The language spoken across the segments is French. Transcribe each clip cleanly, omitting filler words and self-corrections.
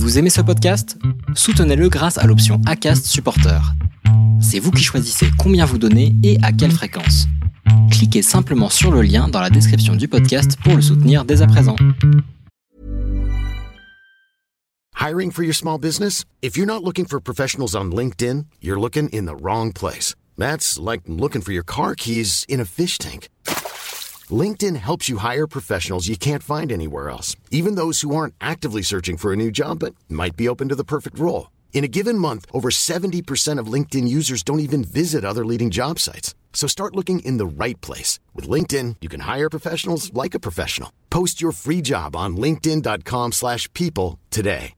Vous aimez ce podcast ? Soutenez-le grâce à l'option Acast Supporter. C'est vous qui choisissez combien vous donnez et à quelle fréquence. Cliquez simplement sur le lien dans la description du podcast pour le soutenir dès à présent. Hiring for your small business? If you're not looking for professionals on LinkedIn, you're looking in the wrong place. That's like looking for your car keys in a fish tank. LinkedIn helps you hire professionals you can't find anywhere else, even those who aren't actively searching for a new job but might be open to the perfect role. In a given month, over 70% of LinkedIn users don't even visit other leading job sites. So start looking in the right place. With LinkedIn, you can hire professionals like a professional. Post your free job on linkedin.com/people today.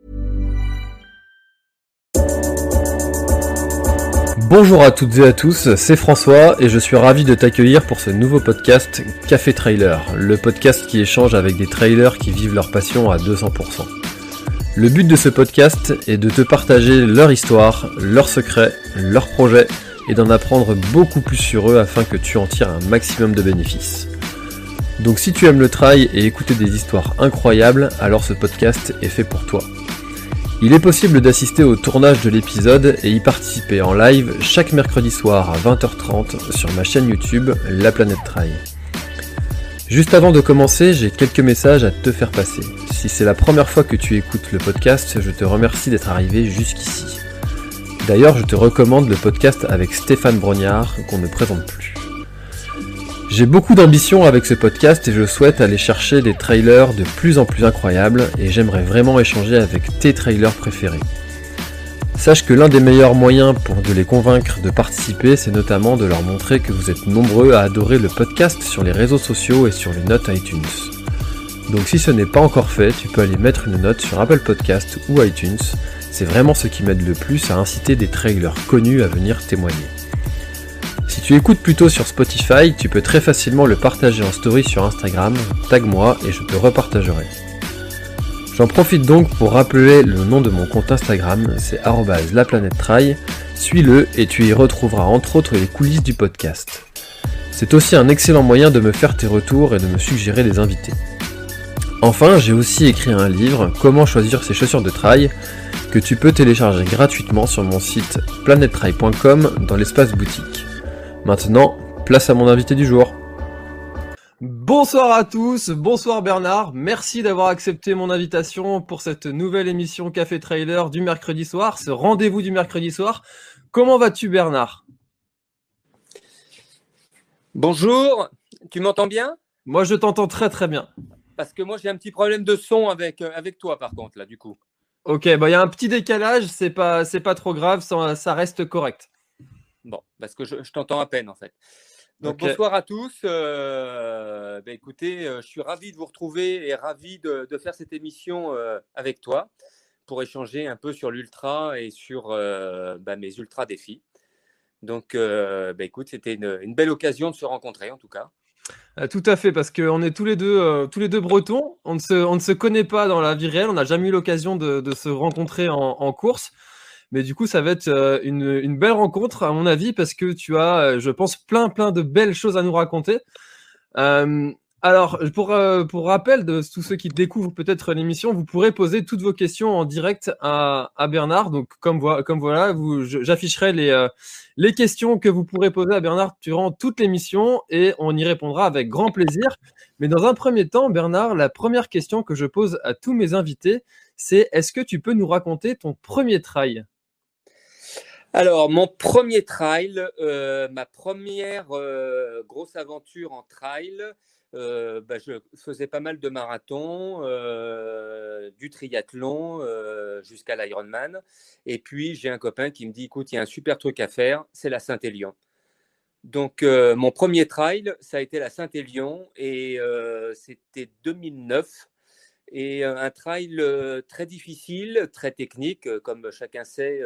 Bonjour à toutes et à tous, c'est François et je suis ravi de t'accueillir pour ce nouveau podcast Café Trailer, le podcast qui échange avec des trailers qui vivent leur passion à 200%. Le but de ce podcast est de te partager leur histoire, leurs secrets, leurs projets et d'en apprendre beaucoup plus sur eux afin que tu en tires un maximum de bénéfices. Donc si tu aimes le trail et écouter des histoires incroyables, alors ce podcast est fait pour toi. Il est possible d'assister au tournage de l'épisode et y participer en live chaque mercredi soir à 20h30 sur ma chaîne YouTube La Planète Trail. Juste avant de commencer, j'ai quelques messages à te faire passer. Si c'est la première fois que tu écoutes le podcast, je te remercie d'être arrivé jusqu'ici. D'ailleurs, je te recommande le podcast avec Stéphane Brognard qu'on ne présente plus. J'ai beaucoup d'ambition avec ce podcast et je souhaite aller chercher des trailers de plus en plus incroyables et j'aimerais vraiment échanger avec tes trailers préférés. Sache que l'un des meilleurs moyens de les convaincre de participer, c'est notamment de leur montrer que vous êtes nombreux à adorer le podcast sur les réseaux sociaux et sur les notes iTunes. Donc si ce n'est pas encore fait, tu peux aller mettre une note sur Apple Podcast ou iTunes, c'est vraiment ce qui m'aide le plus à inciter des trailers connus à venir témoigner. Si tu écoutes plutôt sur Spotify, tu peux très facilement le partager en story sur Instagram, tag-moi et je te repartagerai. J'en profite donc pour rappeler le nom de mon compte Instagram, c'est @laplanètetrail, suis-le et tu y retrouveras entre autres les coulisses du podcast. C'est aussi un excellent moyen de me faire tes retours et de me suggérer des invités. Enfin, j'ai aussi écrit un livre, Comment choisir ses chaussures de trail, que tu peux télécharger gratuitement sur mon site planettrail.com dans l'espace boutique. Maintenant, place à mon invité du jour. Bonsoir à tous, bonsoir Bernard, merci d'avoir accepté mon invitation pour cette nouvelle émission Café Trailer du mercredi soir, ce rendez-vous du mercredi soir. Comment vas-tu Bernard ? Bonjour, tu m'entends bien ? Moi je t'entends très très bien. Parce que moi j'ai un petit problème de son avec toi par contre là du coup. Ok, il y a un petit décalage, c'est pas trop grave, ça reste correct. Bon, parce que je t'entends à peine en fait. Donc Okay. Bonsoir à tous. Écoutez, je suis ravi de vous retrouver et ravi de faire cette émission avec toi pour échanger un peu sur l'ultra et sur mes ultra défis. Donc écoute, c'était une belle occasion de se rencontrer en tout cas. Tout à fait, parce qu'on est tous les deux bretons, on ne se connaît pas dans la vie réelle, on n'a jamais eu l'occasion de se rencontrer en course. Mais du coup, ça va être une belle rencontre, à mon avis, parce que tu as, je pense, plein de belles choses à nous raconter. Alors, pour rappel de tous ceux qui découvrent peut-être l'émission, vous pourrez poser toutes vos questions en direct à Bernard. Donc, comme voilà, j'afficherai les questions que vous pourrez poser à Bernard durant toute l'émission et on y répondra avec grand plaisir. Mais dans un premier temps, Bernard, la première question que je pose à tous mes invités, c'est est-ce que tu peux nous raconter ton premier trail ? Alors, mon premier trail, ma première grosse aventure en trail, je faisais pas mal de marathons, du triathlon jusqu'à l'Ironman. Et puis, j'ai un copain qui me dit, écoute, il y a un super truc à faire, c'est la Saint-Élion. Donc, mon premier trail, ça a été la Saint-Élion et c'était 2009. Et un trail très difficile, très technique, comme chacun sait,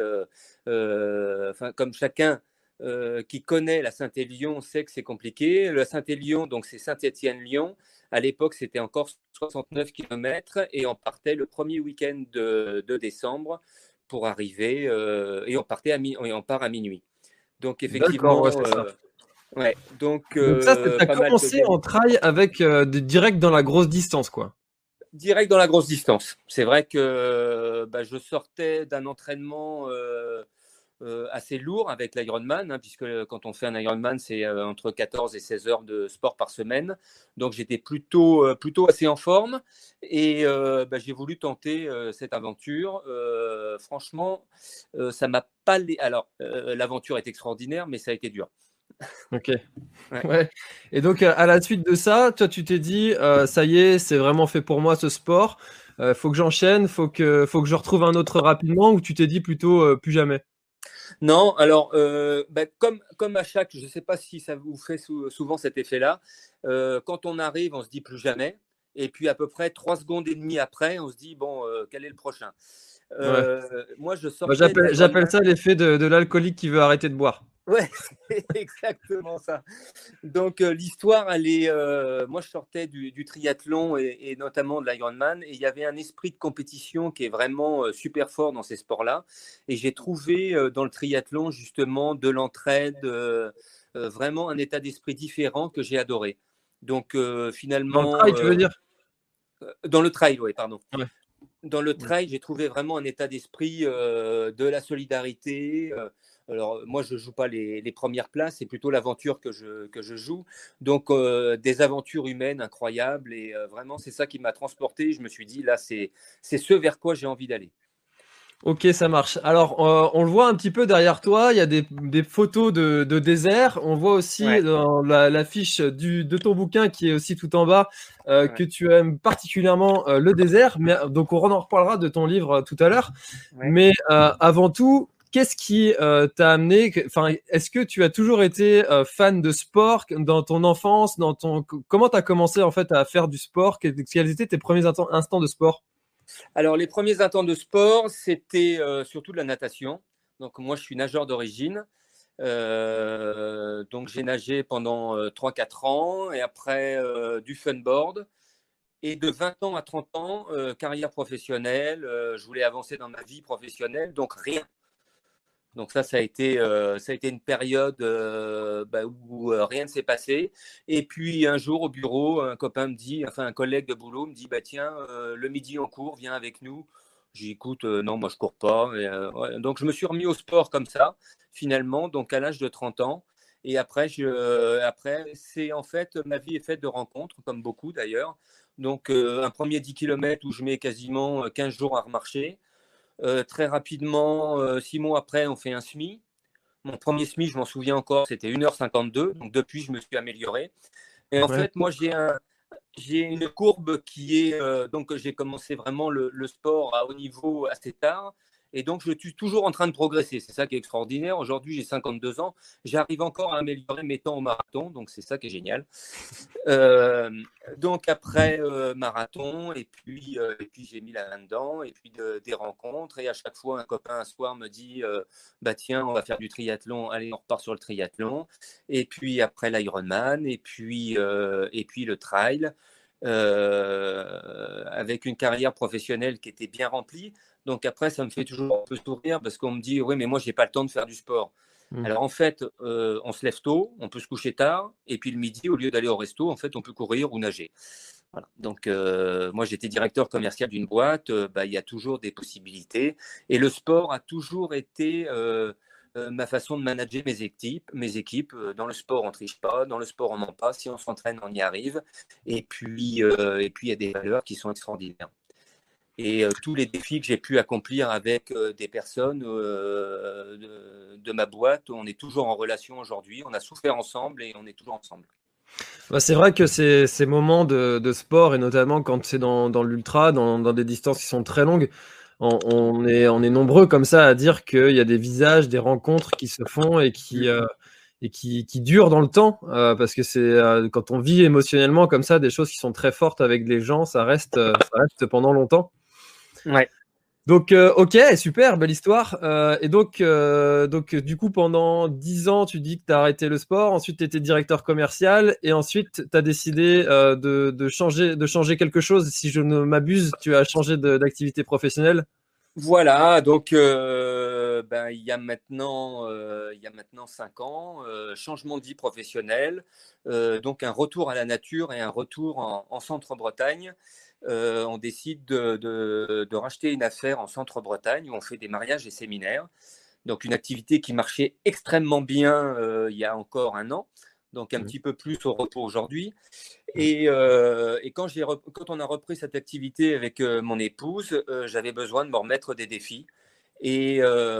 comme chacun qui connaît la Saint-Élion sait que c'est compliqué. La Saint-Élion, donc c'est Saint-Étienne-Lyon. À l'époque, c'était encore 69 km et on partait le premier week-end de décembre pour arriver et on part à minuit. Donc effectivement, D'accord, ouais, c'est ça. Ouais, donc ça, tu as commencé en trail avec direct dans la grosse distance, quoi. Direct dans la grosse distance. C'est vrai que je sortais d'un entraînement assez lourd avec l'Ironman, puisque quand on fait un Ironman, c'est entre 14 et 16 heures de sport par semaine. Donc, j'étais plutôt assez en forme et j'ai voulu tenter cette aventure. Franchement, ça m'a pas... Alors, l'aventure est extraordinaire, mais ça a été dur. Ok. Ouais. Ouais. Et donc, à la suite de ça, toi, tu t'es dit, ça y est, c'est vraiment fait pour moi ce sport. Faut que j'enchaîne, faut que je retrouve un autre rapidement, ou tu t'es dit plutôt plus jamais? Non, alors, comme à chaque, je ne sais pas si ça vous fait souvent cet effet-là, quand on arrive, on se dit plus jamais. Et puis, à peu près 3 secondes et demie après, on se dit, bon, quel est le prochain? Ouais. Moi, je Bah, sortais de j'appelle l'Ironman. ça l'effet de l'alcoolique qui veut arrêter de boire. Ouais, c'est exactement ça. Donc, l'histoire, elle est. Moi, je sortais du triathlon et notamment de l'Ironman, et il y avait un esprit de compétition qui est vraiment super fort dans ces sports-là. Et j'ai trouvé dans le triathlon, justement, de l'entraide, vraiment un état d'esprit différent que j'ai adoré. Donc, Dans le finalement, trail, tu veux dire? dans le trail, oui, pardon. Ouais. Dans le trail, j'ai trouvé vraiment un état d'esprit de la solidarité. Alors, moi, je ne joue pas les premières places, c'est plutôt l'aventure que je joue. Donc, des aventures humaines incroyables. Et vraiment, c'est ça qui m'a transporté. Je me suis dit, là, c'est ce vers quoi j'ai envie d'aller. Ok, ça marche. Alors, on le voit un petit peu derrière toi, il y a des photos de désert. On voit aussi Ouais, dans l'affiche de ton bouquin qui est aussi tout en bas ouais, que tu aimes particulièrement le désert. Mais, donc, on en reparlera de ton livre tout à l'heure. ouais. Mais avant tout, qu'est-ce qui t'a amené, enfin, est-ce que tu as toujours été fan de sport dans ton enfance, comment tu as commencé en fait à faire du sport? Quels étaient tes premiers instants de sport? Alors, les premiers instants de sport, c'était surtout de la natation. Donc, moi, je suis nageur d'origine. Donc, j'ai nagé pendant 3-4 ans et après du funboard. Et de 20 ans à 30 ans, carrière professionnelle, je voulais avancer dans ma vie professionnelle, donc rien. Donc ça a été une période où rien ne s'est passé. Et puis un jour au bureau, un copain me dit, enfin un collègue de boulot me dit, bah tiens, le midi on court, viens avec nous. J'ai dit, écoute, non, moi je cours pas. Et, ouais. Donc je me suis remis au sport comme ça, finalement, donc à l'âge de 30 ans. Et après, c'est en fait, ma vie est faite de rencontres, comme beaucoup d'ailleurs. Donc un premier 10 km où je mets quasiment 15 jours à remarcher. Très rapidement, 6 mois après, on fait un SMI. Mon premier SMI, je m'en souviens encore, c'était 1h52. Donc depuis, je me suis amélioré. Et en Ouais. fait, moi, j'ai une courbe qui est. Donc, j'ai commencé vraiment le sport à haut niveau assez tard. Et donc, je suis toujours en train de progresser. C'est ça qui est extraordinaire. Aujourd'hui, j'ai 52 ans. J'arrive encore à améliorer mes temps au marathon. Donc, c'est ça qui est génial. Euh, donc, après marathon, et puis j'ai mis la main dedans. Et puis, des rencontres. Et à chaque fois, un copain un soir me dit bah, tiens, on va faire du triathlon. Allez, on repart sur le triathlon. Et puis, après l'Ironman. Et puis le trail. Avec une carrière professionnelle qui était bien remplie. Donc après, ça me fait toujours un peu sourire parce qu'on me dit, oui, mais moi, j'ai pas le temps de faire du sport. Mm. Alors en fait, on se lève tôt, on peut se coucher tard, et puis le midi, au lieu d'aller au resto, en fait, on peut courir ou nager. Voilà. Donc moi, j'étais directeur commercial d'une boîte, il y a toujours des possibilités. Et le sport a toujours été ma façon de manager mes équipes. Dans le sport, on ne triche pas, dans le sport, on ment pas. Si on s'entraîne, on y arrive. Et puis, il y a des valeurs qui sont extraordinaires. Et tous les défis que j'ai pu accomplir avec des personnes de ma boîte, on est toujours en relation aujourd'hui. On a souffert ensemble et on est toujours ensemble. Bah, c'est vrai que ces moments de sport, et notamment quand c'est dans l'ultra, dans des distances qui sont très longues, on est nombreux comme ça à dire qu'il y a des visages, des rencontres qui se font et qui durent dans le temps, parce que c'est quand on vit émotionnellement comme ça, des choses qui sont très fortes avec les gens, ça reste pendant longtemps. Ouais. Donc, ok, super, belle histoire. Et donc, du coup, pendant 10 ans, tu dis que tu as arrêté le sport. Ensuite, tu étais directeur commercial. Et ensuite, tu as décidé de changer quelque chose. Si je ne m'abuse, tu as changé d'activité professionnelle. Voilà, donc il y a maintenant 5 ans, changement de vie professionnelle, donc un retour à la nature et un retour en Centre-Bretagne. on décide de racheter une affaire en Centre-Bretagne où on fait des mariages et séminaires. Donc une activité qui marchait extrêmement bien il y a encore un an, donc un petit peu plus au repos aujourd'hui. Et quand on a repris cette activité avec mon épouse, j'avais besoin de me remettre des défis. Et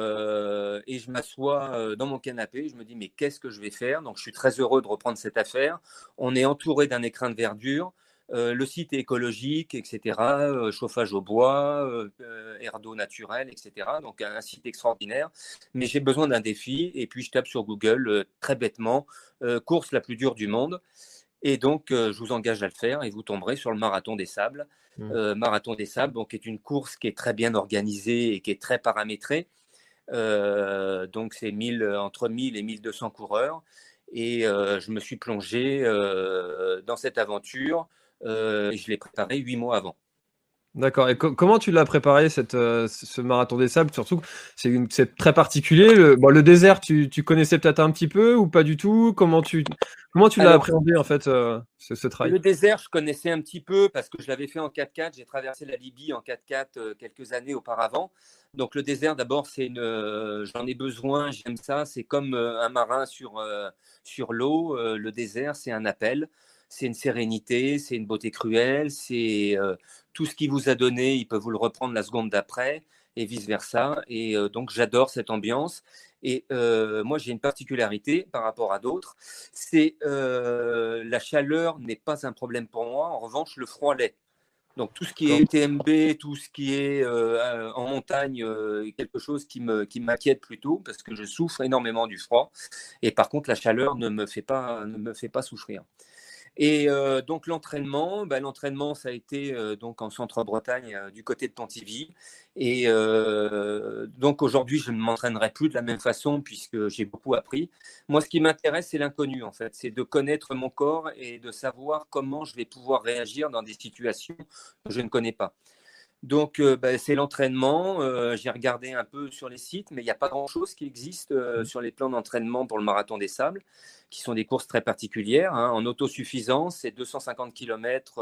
je m'assois dans mon canapé, je me dis mais qu'est-ce que je vais faire? Donc je suis très heureux de reprendre cette affaire. On est entouré d'un écrin de verdure. Le site est écologique, etc. Chauffage au bois, air d'eau naturel, etc. Donc un site extraordinaire. Mais j'ai besoin d'un défi. Et puis je tape sur Google très bêtement course la plus dure du monde. Et donc je vous engage à le faire et vous tomberez sur le Marathon des Sables. Marathon des Sables, donc, est une course qui est très bien organisée et qui est très paramétrée. Donc c'est entre 1000 et 1200 coureurs. Et je me suis plongé dans cette aventure. Je l'ai préparé 8 mois avant. D'accord. Et comment tu l'as préparé, ce marathon des sables? Surtout, c'est très particulier. Le désert, tu connaissais peut-être un petit peu ou pas du tout? Comment tu l'as appréhendé en fait, ce trail? Le désert, je connaissais un petit peu parce que je l'avais fait en 4x4. J'ai traversé la Libye en 4x4 quelques années auparavant. Donc le désert, d'abord, j'en ai besoin, j'aime ça. C'est comme un marin sur l'eau. Le désert, c'est un appel. C'est une sérénité, c'est une beauté cruelle, c'est tout ce qu'il vous a donné, il peut vous le reprendre la seconde d'après et vice-versa. Et donc, j'adore cette ambiance. Et moi, j'ai une particularité par rapport à d'autres, c'est la chaleur n'est pas un problème pour moi. En revanche, le froid l'est. Donc, tout ce qui est TMB, tout ce qui est en montagne, est quelque chose qui m'inquiète plutôt parce que je souffre énormément du froid. Et par contre, la chaleur ne me fait pas souffrir. Et donc l'entraînement, ça a été donc en Centre-Bretagne, du côté de Pontivy. Et donc aujourd'hui, je ne m'entraînerai plus de la même façon puisque j'ai beaucoup appris. Moi, ce qui m'intéresse, c'est l'inconnu en fait. C'est de connaître mon corps et de savoir comment je vais pouvoir réagir dans des situations que je ne connais pas. Donc, c'est l'entraînement. J'ai regardé un peu sur les sites, mais il n'y a pas grand-chose qui existe sur les plans d'entraînement pour le Marathon des Sables, qui sont des courses très particulières. En autosuffisance, c'est 250 km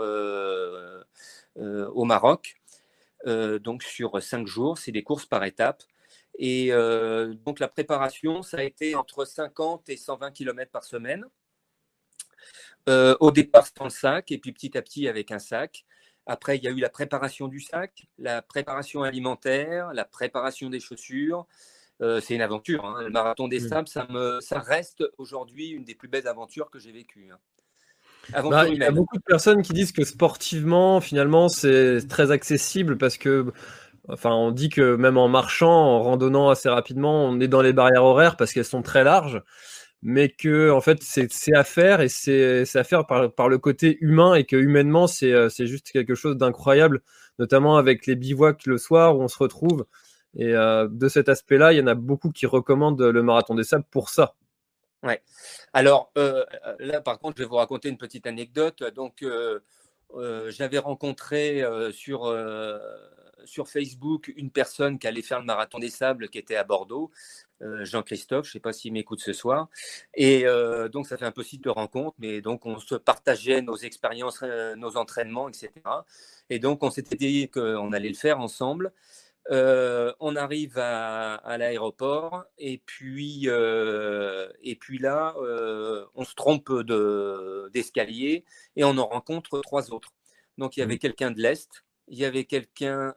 au Maroc. Donc, sur 5 jours, c'est des courses par étapes. Et donc, la préparation, ça a été entre 50 et 120 km par semaine. Au départ, sans le sac, et puis petit à petit avec un sac. Après, il y a eu la préparation du sac, la préparation alimentaire, la préparation des chaussures. C'est une aventure. Le Marathon des Sables, ça reste aujourd'hui une des plus belles aventures que j'ai vécues. Il y a beaucoup de personnes qui disent que sportivement, finalement, c'est très accessible parce que, on dit que même en marchant, en randonnant assez rapidement, on est dans les barrières horaires parce qu'elles sont très larges. Mais que en fait c'est à faire et c'est à faire par le côté humain et que humainement c'est juste quelque chose d'incroyable, notamment avec les bivouacs le soir où on se retrouve. Et de cet aspect-là, il y en a beaucoup qui recommandent le Marathon des Sables pour ça. Ouais. Alors là, par contre, je vais vous raconter une petite anecdote. Donc, j'avais rencontré sur Facebook une personne qui allait faire le Marathon des Sables qui était à Bordeaux. Jean-Christophe, je ne sais pas s'il m'écoute ce soir. Et donc, ça fait un peu site de rencontre, mais donc on se partageait nos expériences, nos entraînements, etc. Et donc, on s'était dit qu'on allait le faire ensemble. On arrive à l'aéroport et puis là, on se trompe d'escalier et on en rencontre 3 autres. Donc, il y avait quelqu'un de l'Est. Il y avait quelqu'un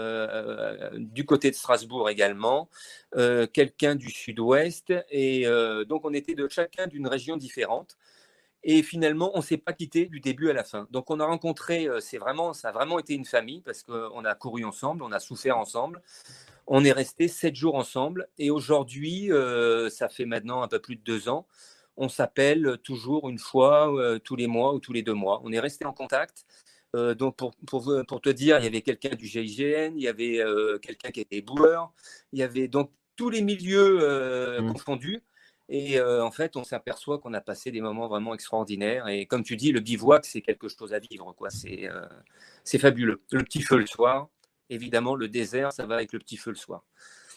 du côté de Strasbourg également, quelqu'un du sud-ouest. Et donc, on était chacun d'une région différente. Et finalement, on ne s'est pas quitté du début à la fin. Donc, on a rencontré, ça a vraiment été une famille parce qu'on a couru ensemble, on a souffert ensemble. On est resté 7 jours ensemble. Et aujourd'hui, ça fait maintenant un peu plus de 2 ans, on s'appelle toujours une fois tous les mois ou tous les 2 mois. On est resté en contact. Donc, pour te dire, il y avait quelqu'un du GIGN, il y avait quelqu'un qui était boueur, il y avait donc tous les milieux confondus. Et en fait, on s'aperçoit qu'on a passé des moments vraiment extraordinaires. Et comme tu dis, le bivouac, c'est quelque chose à vivre, quoi. C'est fabuleux. Le petit feu le soir, évidemment, le désert, ça va avec le petit feu le soir.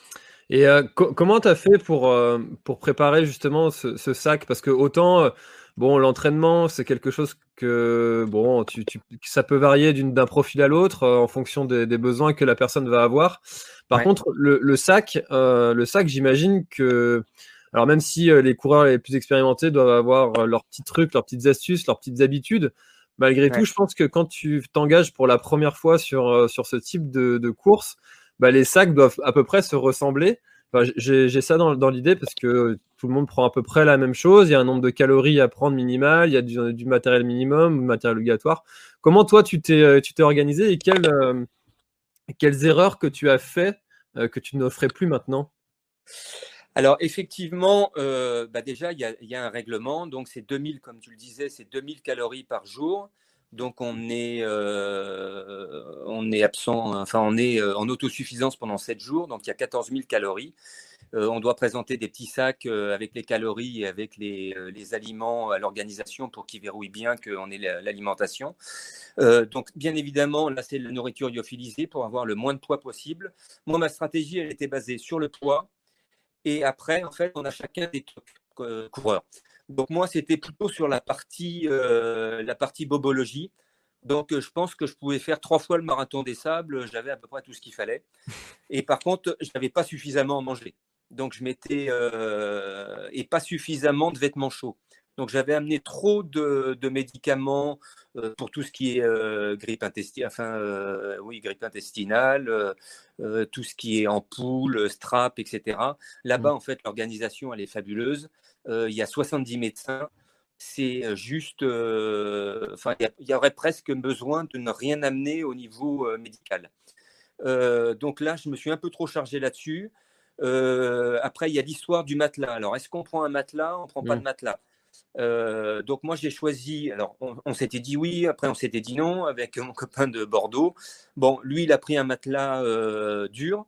Et comment tu as fait pour préparer justement ce sac? Parce que autant bon, l'entraînement, c'est quelque chose que, bon, ça peut varier d'un profil à l'autre en fonction des besoins que la personne va avoir. Par contre, le sac, j'imagine que, alors même si les coureurs les plus expérimentés doivent avoir leurs petits trucs, leurs petites astuces, leurs petites habitudes, malgré tout, je pense que quand tu t'engages pour la première fois sur ce type de course, les sacs doivent à peu près se ressembler. Enfin, j'ai ça dans l'idée parce que tout le monde prend à peu près la même chose. Il y a un nombre de calories à prendre minimal, il y a du matériel minimum, du matériel obligatoire. Comment toi, tu t'es organisé et quelles erreurs que tu as fait que tu ne ferais plus maintenant? Alors effectivement, déjà il y a un règlement, donc c'est 2000, comme tu le disais, c'est 2000 calories par jour. Donc on est absent, enfin on est en autosuffisance pendant 7 jours, donc il y a 14 000 calories. On doit présenter des petits sacs avec les calories et avec les aliments à l'organisation pour qu'ils verrouillent bien qu'on ait l'alimentation. Donc bien évidemment, là c'est la nourriture lyophilisée pour avoir le moins de poids possible. Moi, ma stratégie, elle était basée sur le poids. Et après, en fait, on a chacun des trucs coureurs. Donc moi, c'était plutôt sur la partie bobologie. Donc je pense que je pouvais faire 3 fois le marathon des sables. J'avais à peu près tout ce qu'il fallait. Et par contre, je n'avais pas suffisamment mangé. Donc je m'étais et pas suffisamment de vêtements chauds. Donc j'avais amené trop de médicaments pour tout ce qui est grippe intestinale, grippe intestinale, tout ce qui est ampoule, strap, etc. Là-bas, en fait, l'organisation, elle est fabuleuse. Il y a 70 médecins. C'est juste, il y aurait presque besoin de ne rien amener au niveau médical. Donc là, je me suis un peu trop chargé là-dessus. Après, il y a l'histoire du matelas. Alors, est-ce qu'on prend un matelas? On ne prend pas de matelas. Donc moi j'ai choisi, alors on s'était dit oui, après on s'était dit non avec mon copain de Bordeaux. Bon, lui il a pris un matelas dur,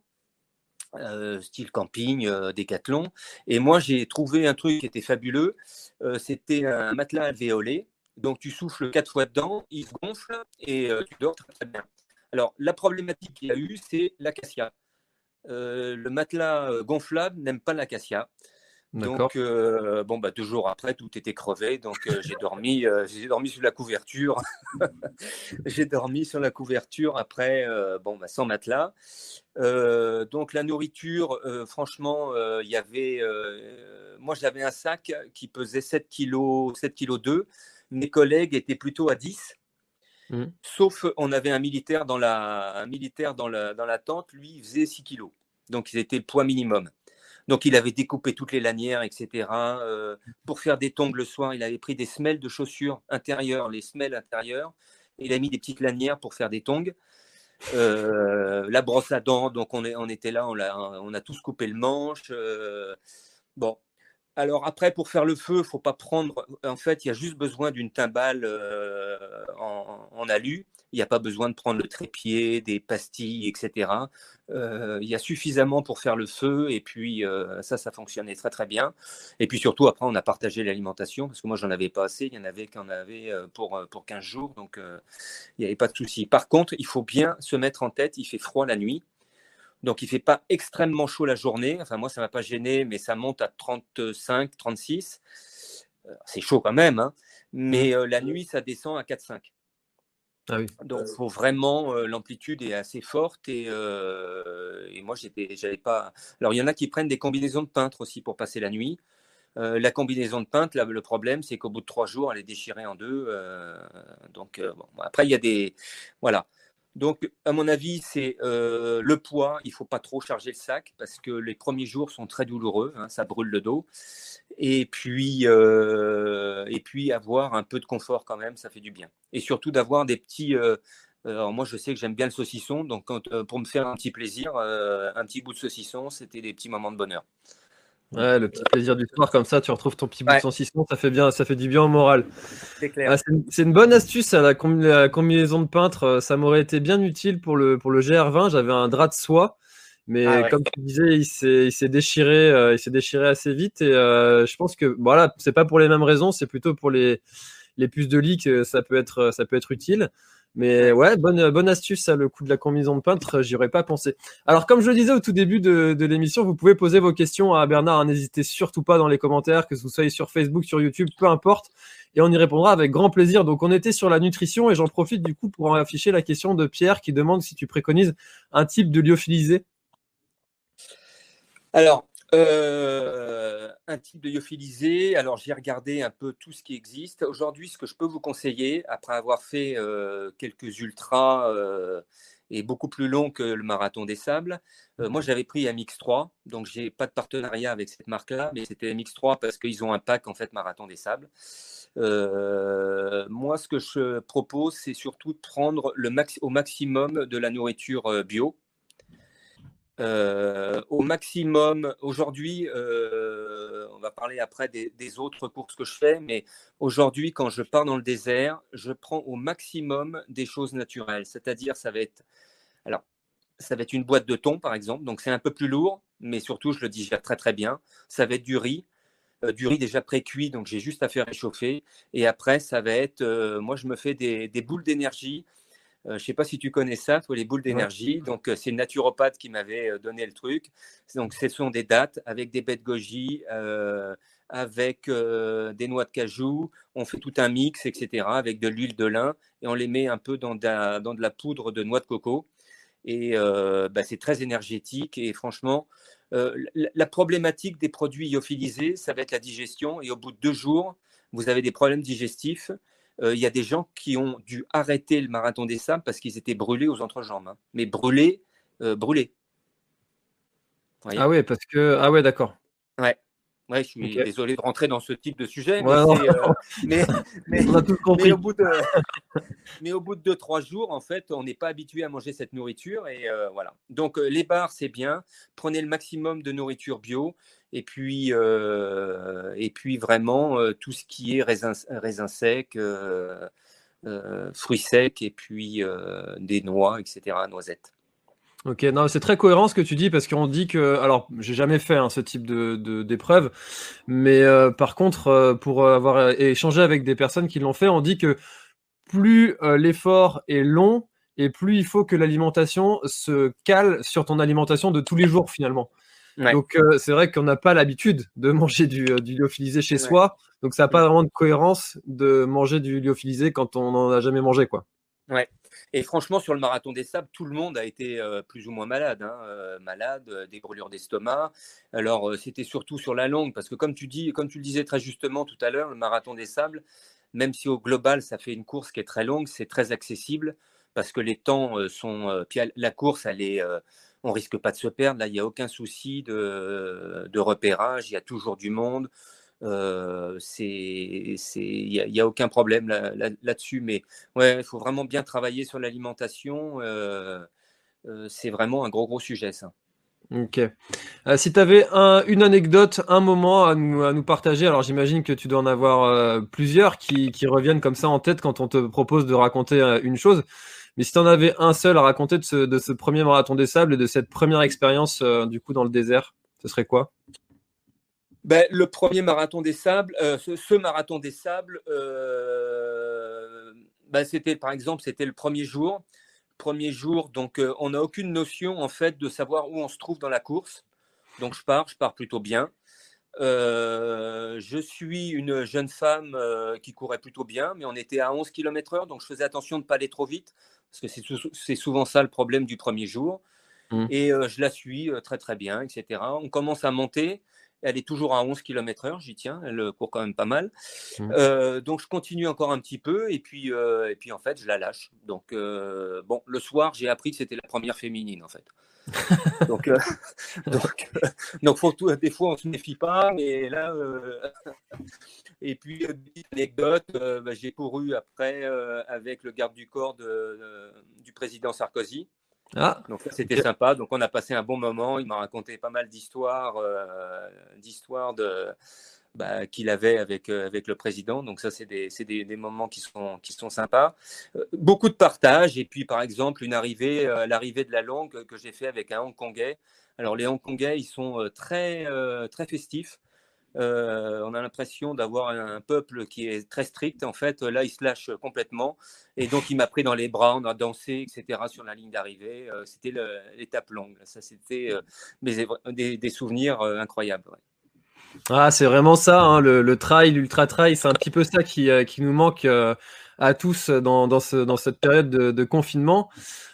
style camping, Décathlon, et moi j'ai trouvé un truc qui était fabuleux. C'était un matelas alvéolé, donc tu souffles 4 fois dedans, il se gonfle et tu dors très, très bien. Alors la problématique qu'il y a eu, c'est l'acacia. Le matelas gonflable n'aime pas l'acacia. Donc, 2 jours après, tout était crevé. Donc, j'ai dormi sur la couverture. J'ai dormi sur la couverture après, sans matelas. Donc, la nourriture, franchement, il y avait. Moi, j'avais un sac qui pesait 7 kg, 7 kg 2. Mes collègues étaient plutôt à 10. Sauf, on avait un militaire dans la tente. Lui, il faisait 6 kg. Donc, ils étaient le poids minimum. Donc, il avait découpé toutes les lanières, etc. Pour faire des tongs le soir, il avait pris des semelles de chaussures intérieures, les semelles intérieures. Et il a mis des petites lanières pour faire des tongs. La brosse à dents, donc on était là, on a tous coupé le manche. Bon. Alors après, pour faire le feu, il ne faut pas prendre… En fait, il y a juste besoin d'une timbale en alu. Il n'y a pas besoin de prendre le trépied, des pastilles, etc. Il y a suffisamment pour faire le feu. Et puis, ça fonctionnait très, très bien. Et puis surtout, après, on a partagé l'alimentation. Parce que moi, j'en avais pas assez. Il y en avait qu'en avait pour 15 jours. Donc, il n'y avait pas de souci. Par contre, il faut bien se mettre en tête, il fait froid la nuit. Donc, il ne fait pas extrêmement chaud la journée. Enfin, moi, ça ne m'a pas gêné, mais ça monte à 35, 36. C'est chaud quand même, hein. Mais la nuit, ça descend à 4-5. Ah oui. Donc, il faut vraiment… l'amplitude est assez forte. Et moi, j'avais pas… Alors, il y en a qui prennent des combinaisons de peintre aussi pour passer la nuit. La combinaison de peintre, là, le problème, c'est qu'au bout de 3 jours, elle est déchirée en deux. Après, il y a des… Voilà. Donc, à mon avis, c'est le poids. Il ne faut pas trop charger le sac parce que les premiers jours sont très douloureux. Hein, ça brûle le dos. Et puis, avoir un peu de confort quand même, ça fait du bien. Et surtout d'avoir des petits… alors moi, je sais que j'aime bien le saucisson. Donc, pour me faire un petit plaisir, un petit bout de saucisson, c'était des petits moments de bonheur. Ouais, le petit plaisir du soir, comme ça, tu retrouves ton petit bout de saucisson, ça fait du bien au moral. C'est clair. Ah, c'est une bonne astuce, la combinaison de peintre. Ça m'aurait été bien utile pour le GR20. J'avais un drap de soie, mais comme tu disais, il s'est déchiré assez vite. Et je pense que c'est pas pour les mêmes raisons, c'est plutôt pour les puces de lit que ça peut être utile. Mais ouais, bonne astuce, ça, le coup de la combinaison de peintre, j'y aurais pas pensé. Alors, comme je le disais au tout début de l'émission, vous pouvez poser vos questions à Bernard, hein, n'hésitez surtout pas dans les commentaires, que vous soyez sur Facebook, sur YouTube, peu importe, et on y répondra avec grand plaisir. Donc, on était sur la nutrition, et j'en profite du coup pour afficher la question de Pierre qui demande si tu préconises un type de lyophilisé. Alors, un type de lyophilisé, alors j'ai regardé un peu tout ce qui existe. Aujourd'hui, ce que je peux vous conseiller, après avoir fait quelques ultras et beaucoup plus longs que le marathon des sables, moi j'avais pris MX3, donc j'ai pas de partenariat avec cette marque-là, mais c'était MX3 parce qu'ils ont un pack en fait marathon des sables. Moi, ce que je propose, c'est surtout de prendre au maximum de la nourriture bio. Au maximum, aujourd'hui, on va parler après des autres courses que je fais, mais aujourd'hui, quand je pars dans le désert, je prends au maximum des choses naturelles. C'est-à-dire, ça va être une boîte de thon, par exemple, donc c'est un peu plus lourd, mais surtout, je le digère très très bien. Ça va être du riz déjà pré-cuit, donc j'ai juste à faire réchauffer. Et après, ça va être, moi, je me fais des boules d'énergie. Je ne sais pas si tu connais ça, toi, les boules d'énergie. Donc, c'est le naturopathe qui m'avait donné le truc. Donc, ce sont des dattes avec des baies de goji, avec des noix de cajou. On fait tout un mix, etc., avec de l'huile de lin et on les met un peu dans de la poudre de noix de coco. Et c'est très énergétique. Et franchement, la problématique des produits lyophilisés, ça va être la digestion. Et au bout de 2 jours, vous avez des problèmes digestifs. Il y a des gens qui ont dû arrêter le marathon des sables parce qu'ils étaient brûlés aux entrejambes. Hein. Mais brûlés. Ah ouais, ah ouais, d'accord. Ouais, je suis désolé de rentrer dans ce type de sujet, ouais, mais on a tout compris. Mais au bout de 2-3 jours, en fait, on n'est pas habitué à manger cette nourriture. Et voilà. Donc, les bars, c'est bien. Prenez le maximum de nourriture bio. Et puis vraiment, tout ce qui est raisin sec, fruits secs, et puis des noix, etc., noisettes. Ok, non, c'est très cohérent ce que tu dis parce qu'on dit que, alors, j'ai jamais fait ce type d'épreuve, mais par contre, pour avoir échangé avec des personnes qui l'ont fait, on dit que plus l'effort est long et plus il faut que l'alimentation se cale sur ton alimentation de tous les jours finalement. Ouais. Donc c'est vrai qu'on n'a pas l'habitude de manger du lyophilisé chez soi, donc ça n'a pas vraiment de cohérence de manger du lyophilisé quand on n'en a jamais mangé, quoi. Ouais. Et franchement, sur le marathon des sables, tout le monde a été plus ou moins malade, des brûlures d'estomac. Alors, c'était surtout sur la longue, parce que comme tu le disais très justement tout à l'heure, le marathon des sables, même si au global, ça fait une course qui est très longue, c'est très accessible, parce que les temps sont... puis la course, on risque pas de se perdre, là, il n'y a aucun souci de repérage, il y a toujours du monde. Il y a aucun problème là-dessus, mais ouais, il faut vraiment bien travailler sur l'alimentation. C'est vraiment un gros sujet, ça. Ok. Si tu avais une anecdote, un moment à nous partager, alors j'imagine que tu dois en avoir plusieurs qui reviennent comme ça en tête quand on te propose de raconter une chose. Mais si tu en avais un seul à raconter de ce premier marathon des sables et de cette première expérience du coup dans le désert, ce serait quoi? Le premier marathon des sables, ce marathon des sables, c'était par exemple, c'était le premier jour. Donc on n'a aucune notion en fait de savoir où on se trouve dans la course. Donc je pars plutôt bien. Je suis une jeune femme qui courait plutôt bien, mais on était à 11 km/h, donc je faisais attention de ne pas aller trop vite, parce que c'est souvent ça le problème du premier jour. Et je la suis très très bien, etc. On commence à monter. Elle est toujours à 11 km/h, j'y tiens, elle court quand même pas mal. Donc je continue encore un petit peu et puis en fait je la lâche. Donc le soir j'ai appris que c'était la première féminine en fait. donc des fois on se méfie pas, mais là et puis petite anecdote, j'ai couru après avec le garde du corps du président Sarkozy. Donc ça, c'était sympa. Donc on a passé un bon moment. Il m'a raconté pas mal d'histoires qu'il avait avec le président. Donc ça, c'est des moments qui sont sympas. Beaucoup de partage. Et puis par exemple, l'arrivée de la longue que j'ai fait avec un Hongkongais. Alors les Hongkongais, ils sont très très festifs. On a l'impression d'avoir un peuple qui est très strict. En fait, là, il se lâche complètement. Et donc, il m'a pris dans les bras, on a dansé, etc. sur la ligne d'arrivée. C'était l'étape longue. Ça, c'était des souvenirs incroyables. Ouais. Ah, c'est vraiment ça, hein, le trail, l'ultra trail, c'est un petit peu ça qui nous manque à tous dans cette période de confinement.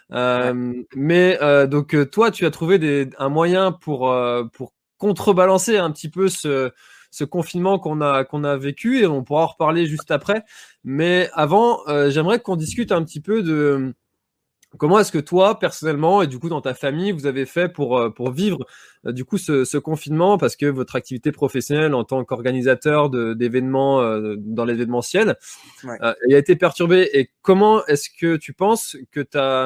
Mais donc toi, tu as trouvé un moyen pour contrebalancer un petit peu ce confinement qu'on a vécu, et on pourra en reparler juste après. Mais avant, j'aimerais qu'on discute un petit peu de comment est-ce que toi, personnellement, et du coup dans ta famille, vous avez fait pour vivre du coup ce confinement, parce que votre activité professionnelle en tant qu'organisateur d'événements dans l'événementiel elle a été perturbée. Et comment est-ce que tu penses que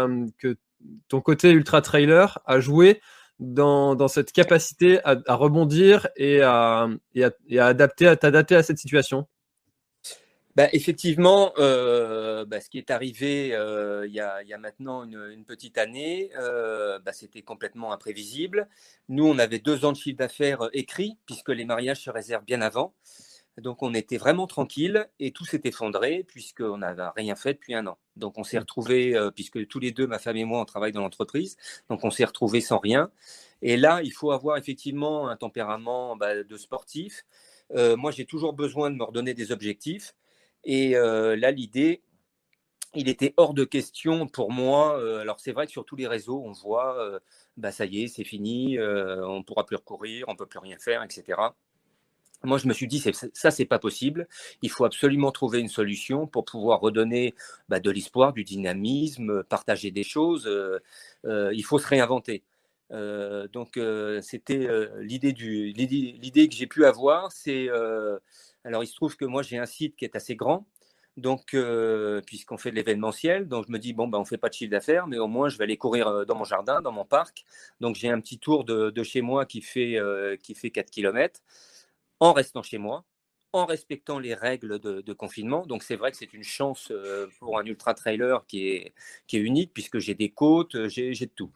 ton côté ultra trailer a joué dans cette capacité à rebondir et à t'adapter à cette situation? Effectivement, ce qui est arrivé il y a maintenant une petite année, c'était complètement imprévisible. Nous, on avait 2 ans de chiffre d'affaires écrit, puisque les mariages se réservent bien avant. Donc, on était vraiment tranquille et tout s'est effondré puisqu'on n'avait rien fait depuis 1 an. Donc, on s'est retrouvés, puisque tous les deux, ma femme et moi, on travaille dans l'entreprise, donc on s'est retrouvés sans rien. Et là, il faut avoir effectivement un tempérament de sportif. Moi, j'ai toujours besoin de me redonner des objectifs. Et là, l'idée, il était hors de question pour moi. Alors, c'est vrai que sur tous les réseaux, on voit, ça y est, c'est fini, on ne pourra plus recourir, on ne peut plus rien faire, etc. Moi, je me suis dit, ça, c'est pas possible. Il faut absolument trouver une solution pour pouvoir redonner de l'espoir, du dynamisme, partager des choses. Il faut se réinventer. Donc, c'était l'idée que j'ai pu avoir. Alors, il se trouve que moi, j'ai un site qui est assez grand. Donc, puisqu'on fait de l'événementiel, donc je me dis, on ne fait pas de chiffre d'affaires, mais au moins, je vais aller courir dans mon jardin, dans mon parc. Donc, j'ai un petit tour de chez moi qui fait 4 km en restant chez moi, en respectant les règles de confinement. Donc, c'est vrai que c'est une chance pour un ultra-trailer qui est unique, puisque j'ai des côtes, j'ai de tout.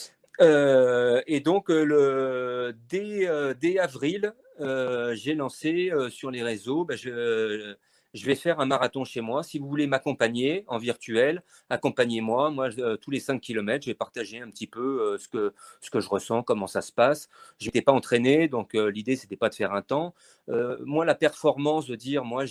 Et donc, dès avril, j'ai lancé sur les réseaux, je vais faire un marathon chez moi. Si vous voulez m'accompagner en virtuel, accompagnez-moi. Moi, tous les 5 km, je vais partager un petit peu ce que je ressens, comment ça se passe. Je n'étais pas entraîné, donc l'idée, ce n'était pas de faire un temps. Moi, la performance, de dire, moi,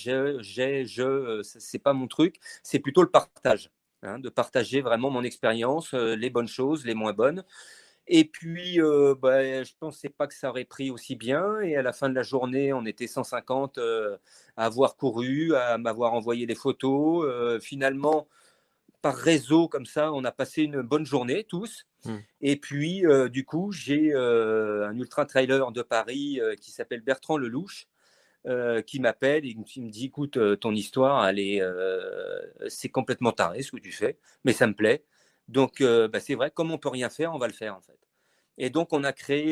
c'est pas mon truc, c'est plutôt le partage. De partager vraiment mon expérience, les bonnes choses, les moins bonnes. Et puis, je ne pensais pas que ça aurait pris aussi bien. Et à la fin de la journée, on était 150 à avoir couru, à m'avoir envoyé des photos. Finalement, par réseau, comme ça, on a passé une bonne journée tous. Et puis, du coup, j'ai un ultra-trailer de Paris qui s'appelle Bertrand Lelouch, qui m'appelle et qui me dit, écoute, ton histoire, c'est complètement taré ce que tu fais, mais ça me plaît. Donc, c'est vrai, comme on ne peut rien faire, on va le faire en fait. Et donc, on a créé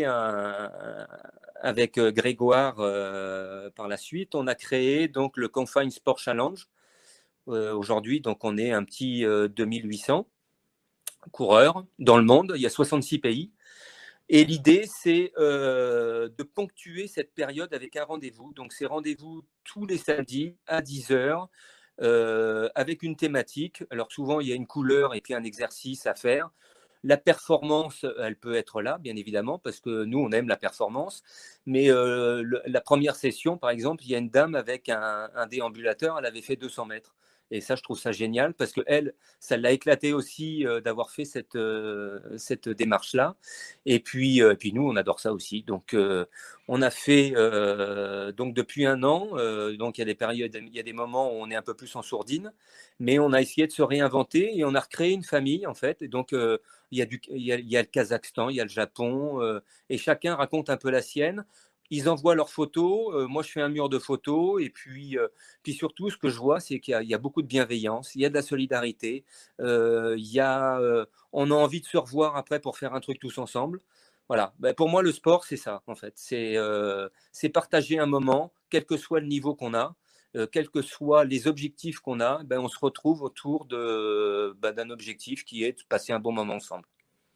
avec Grégoire par la suite, on a créé donc le Confine Sport Challenge. Aujourd'hui, donc, on est un petit 2800 coureurs dans le monde. Il y a 66 pays. Et l'idée, c'est de ponctuer cette période avec un rendez-vous. Donc, c'est rendez-vous tous les samedis à 10h avec une thématique. Alors, souvent, il y a une couleur et puis un exercice à faire. La performance, elle peut être là, bien évidemment, parce que nous, on aime la performance. Mais la première session, par exemple, il y a une dame avec un déambulateur, elle avait fait 200 mètres. Et ça, je trouve ça génial, parce que elle, ça l'a éclaté aussi d'avoir fait cette démarche-là. Et puis nous, on adore ça aussi. Donc, on a fait donc depuis 1 an. Donc, il y a des périodes, il y a des moments où on est un peu plus en sourdine, mais on a essayé de se réinventer et on a recréé une famille en fait. Et donc, il y a le Kazakhstan, il y a le Japon, et chacun raconte un peu la sienne. Ils envoient leurs photos, moi je fais un mur de photos, et puis surtout ce que je vois, c'est qu'il y a beaucoup de bienveillance, il y a de la solidarité, on a envie de se revoir après pour faire un truc tous ensemble. Voilà, pour moi le sport c'est ça en fait, c'est partager un moment, quel que soit le niveau qu'on a, quels que soient les objectifs qu'on a, on se retrouve autour d'un objectif qui est de passer un bon moment ensemble.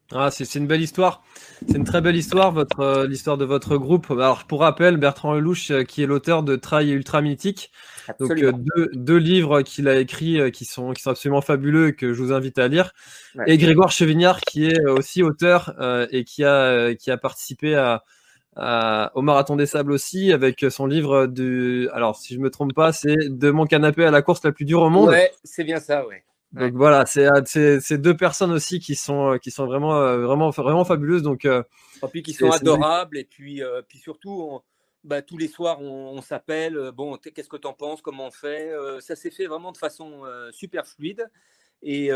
Ah, c'est une belle histoire. C'est une très belle histoire, l'histoire de votre groupe. Alors, pour rappel, Bertrand Lelouch, qui est l'auteur de Trail et Ultra Mythique. Donc, Absolument. deux livres qu'il a écrits qui sont absolument fabuleux et que je vous invite à lire. Ouais. Et Grégoire Chevignard, qui est aussi auteur et qui a participé au Marathon des Sables aussi, avec son livre alors, si je me trompe pas, c'est De mon canapé à la course la plus dure au monde. Ouais, c'est bien ça, ouais. Donc voilà, c'est deux personnes aussi qui sont vraiment fabuleuses. Donc Et puis qui sont adorables. Et puis surtout, tous les soirs, on s'appelle. Bon, qu'est-ce que tu en penses? Comment on fait? Ça s'est fait vraiment de façon super fluide. Et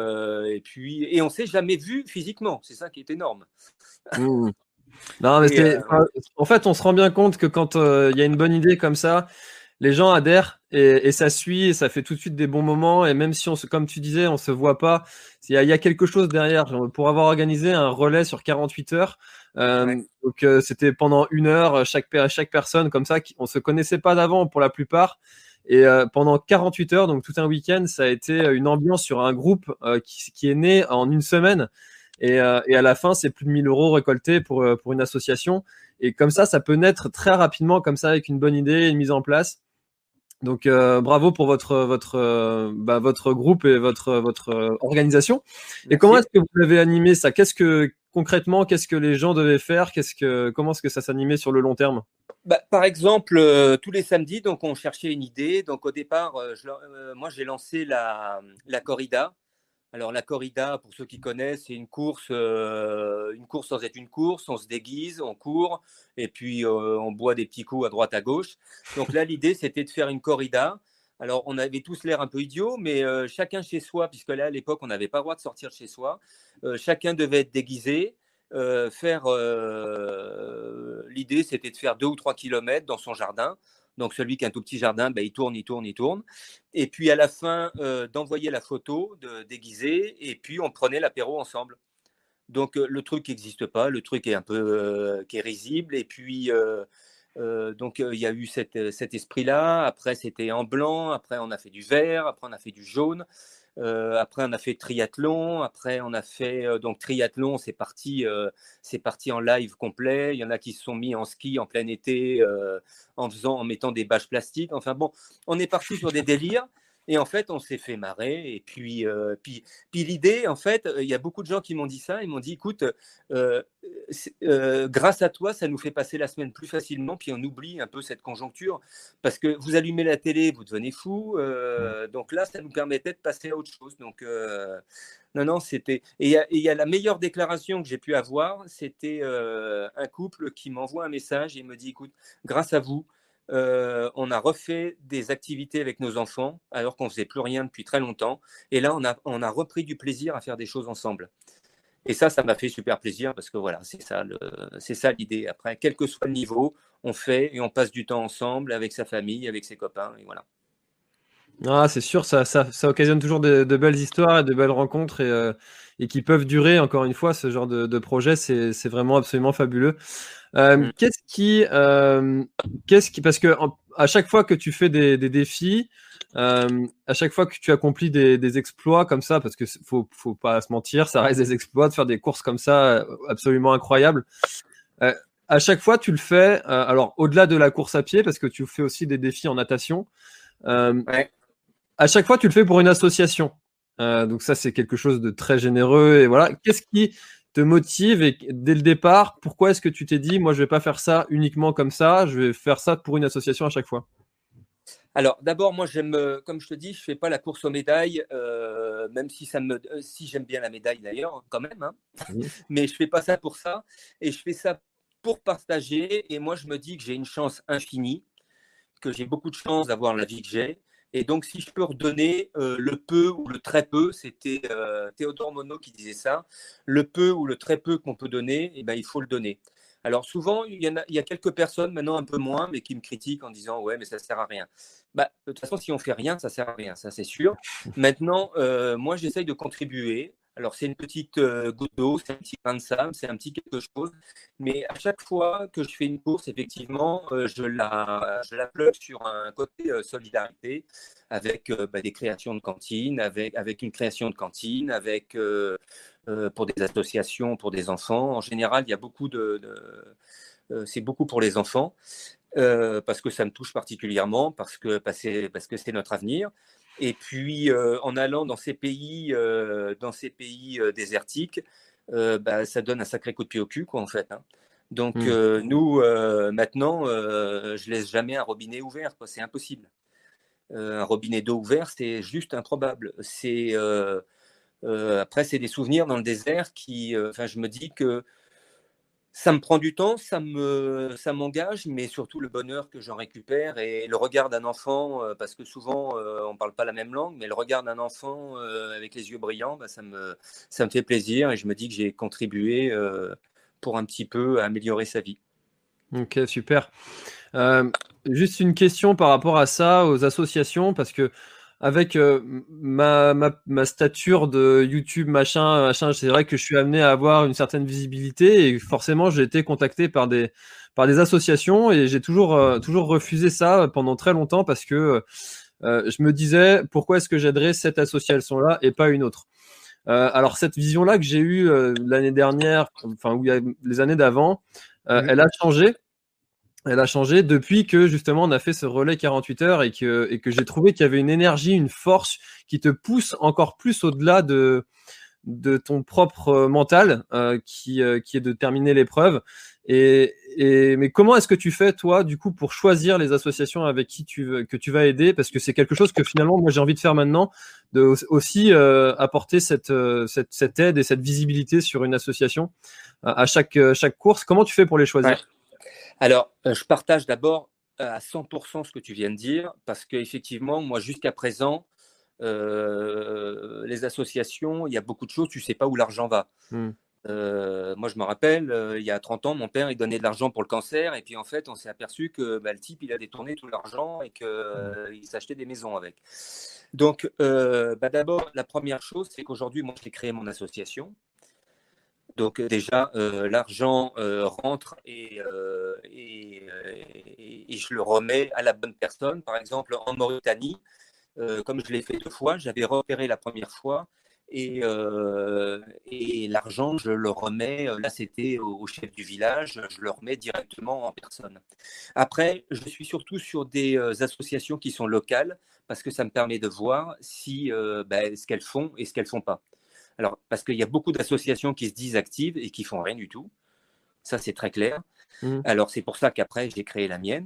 on s'est jamais vu physiquement. C'est ça qui est énorme. Mmh. Non, mais en fait, on se rend bien compte que quand il y a une bonne idée comme ça, les gens adhèrent et ça suit et ça fait tout de suite des bons moments. Et même si comme tu disais, on se voit pas, il y a quelque chose derrière. Pour avoir organisé un relais sur 48 heures, donc c'était pendant 1 heure chaque personne comme ça, on se connaissait pas d'avant pour la plupart. Et pendant 48 heures, donc tout un week-end, ça a été une ambiance sur un groupe qui est né en une semaine. Et à la fin, c'est plus de 1 000 € récoltés pour une association. Et comme ça peut naître très rapidement, comme ça, avec une bonne idée, une mise en place. Donc bravo pour votre groupe et votre organisation. Merci. Et comment est-ce que vous avez animé ça? Concrètement, qu'est-ce que les gens devaient faire? Comment est-ce que ça s'animait sur le long terme? Par exemple, tous les samedis, donc on cherchait une idée. Donc au départ, moi j'ai lancé la corrida. Alors la corrida, pour ceux qui connaissent, c'est une course sans être une course. On se déguise, on court et puis on boit des petits coups à droite à gauche. Donc là, l'idée, c'était de faire une corrida. Alors on avait tous l'air un peu idiots, mais chacun chez soi, puisque là, à l'époque, on n'avait pas le droit de sortir de chez soi. Chacun devait être déguisé. L'idée, c'était de faire 2 ou 3 kilomètres dans son jardin. Donc celui qui a un tout petit jardin, il tourne. Et puis à la fin, d'envoyer la photo déguisée, et puis on prenait l'apéro ensemble. Donc le truc n'existe pas, le truc est un peu qui est risible. Et puis donc il y a eu cet esprit-là. Après c'était en blanc, après on a fait du vert, après on a fait du jaune. Après, on a fait triathlon. Après, on a fait donc triathlon. C'est parti en live complet. Il y en a qui se sont mis en ski en plein été en mettant des bâches plastiques. Enfin bon, on est parti sur des délires. Et en fait, on s'est fait marrer. Et puis l'idée, en fait, il y a beaucoup de gens qui m'ont dit ça. Ils m'ont dit, écoute, grâce à toi, ça nous fait passer la semaine plus facilement. Puis on oublie un peu cette conjoncture. Parce que vous allumez la télé, vous devenez fou. Donc là, ça nous permettait de passer à autre chose. Donc non, c'était… Et il y a la meilleure déclaration que j'ai pu avoir. C'était un couple qui m'envoie un message et il me dit, écoute, grâce à vous, on a refait des activités avec nos enfants alors qu'on ne faisait plus rien depuis très longtemps. Et là, on a repris du plaisir à faire des choses ensemble. Et ça m'a fait super plaisir parce que voilà, c'est ça l'idée. Après, quel que soit le niveau, on fait et on passe du temps ensemble avec sa famille, avec ses copains. Et voilà. Ah, c'est sûr, ça occasionne toujours de belles histoires et de belles rencontres et qui peuvent durer. Encore une fois, ce genre de projet, c'est vraiment absolument fabuleux. Parce que à chaque fois que tu fais des défis, à chaque fois que tu accomplis des exploits comme ça, parce que faut pas se mentir, ça reste des exploits de faire des courses comme ça absolument incroyables. À chaque fois, tu le fais. Alors, au-delà de la course à pied, parce que tu fais aussi des défis en natation. Ouais. À chaque fois, tu le fais pour une association. Donc ça, c'est quelque chose de très généreux. Et voilà. Qu'est-ce qui te motive et dès le départ, pourquoi est-ce que tu t'es dit, moi, je vais pas faire ça uniquement comme ça, je vais faire ça pour une association à chaque fois? Alors, d'abord, moi, comme je te dis, je fais pas la course aux médailles, même si si j'aime bien la médaille d'ailleurs, quand même, hein. Mais je fais pas ça pour ça. Et je fais ça pour partager. Et moi, je me dis que j'ai une chance infinie, que j'ai beaucoup de chance d'avoir la vie que j'ai. Et donc, si je peux redonner le peu ou le très peu, c'était Théodore Monod qui disait ça, le peu ou le très peu qu'on peut donner, il faut le donner. Alors souvent, il y a quelques personnes, maintenant un peu moins, mais qui me critiquent en disant « ouais, mais ça ne sert à rien ». De toute façon, si on ne fait rien, ça ne sert à rien, ça c'est sûr. Maintenant, moi, j'essaye de contribuer. Alors, c'est une petite goutte d'eau, c'est un petit grain de sable, c'est un petit quelque chose. Mais à chaque fois que je fais une course, effectivement, je la plug sur un côté solidarité, avec des créations de cantines, avec une création de cantine, avec pour des associations, pour des enfants. En général, il y a beaucoup c'est beaucoup pour les enfants, parce que ça me touche particulièrement, parce que c'est notre avenir. Et puis, en allant dans ces pays désertiques, ça donne un sacré coup de pied au cul, quoi, en fait, hein. Donc, nous, maintenant, je laisse jamais un robinet ouvert, quoi, c'est impossible. Un robinet d'eau ouvert, c'est juste improbable. Après, c'est des souvenirs dans le désert je me dis que ça me prend du temps, ça m'engage, mais surtout le bonheur que j'en récupère et le regard d'un enfant, parce que souvent on ne parle pas la même langue, mais le regard d'un enfant avec les yeux brillants, ça me fait plaisir et je me dis que j'ai contribué pour un petit peu améliorer sa vie. Ok, super. Juste une question par rapport à ça, aux associations, parce que avec ma stature de YouTube, machin, c'est vrai que je suis amené à avoir une certaine visibilité et forcément j'ai été contacté par des associations et j'ai toujours refusé ça pendant très longtemps parce que je me disais pourquoi est-ce que j'aiderais cette association-là et pas une autre. Alors cette vision-là que j'ai eue l'année dernière, enfin ou il y a les années d'avant, elle a changé. Elle a changé depuis que justement on a fait ce relais 48 heures et que j'ai trouvé qu'il y avait une énergie, une force qui te pousse encore plus au-delà de ton propre mental, qui est de terminer l'épreuve. Mais comment est-ce que tu fais toi du coup pour choisir les associations avec qui que tu vas aider, parce que c'est quelque chose que finalement moi j'ai envie de faire maintenant, de aussi apporter cette aide et cette visibilité sur une association à chaque course. Comment tu fais pour les choisir? Ouais. Alors, je partage d'abord à 100% ce que tu viens de dire, parce qu'effectivement, moi, jusqu'à présent, les associations, il y a beaucoup de choses, tu ne sais pas où l'argent va. Moi, je me rappelle, il y a 30 ans, mon père, il donnait de l'argent pour le cancer, et puis en fait, on s'est aperçu que le type, il a détourné tout l'argent et qu'il s'achetait des maisons avec. Donc, d'abord, la première chose, c'est qu'aujourd'hui, moi, j'ai créé mon association. Donc déjà, l'argent rentre et je le remets à la bonne personne. Par exemple, en Mauritanie, comme je l'ai fait 2 fois, j'avais repéré la première fois et l'argent, je le remets, là c'était au chef du village, je le remets directement en personne. Après, je suis surtout sur des associations qui sont locales parce que ça me permet de voir si, ce qu'elles font et ce qu'elles ne font pas. Alors, parce qu'il y a beaucoup d'associations qui se disent actives et qui font rien du tout. Ça, c'est très clair. Alors, c'est pour ça qu'après, j'ai créé la mienne,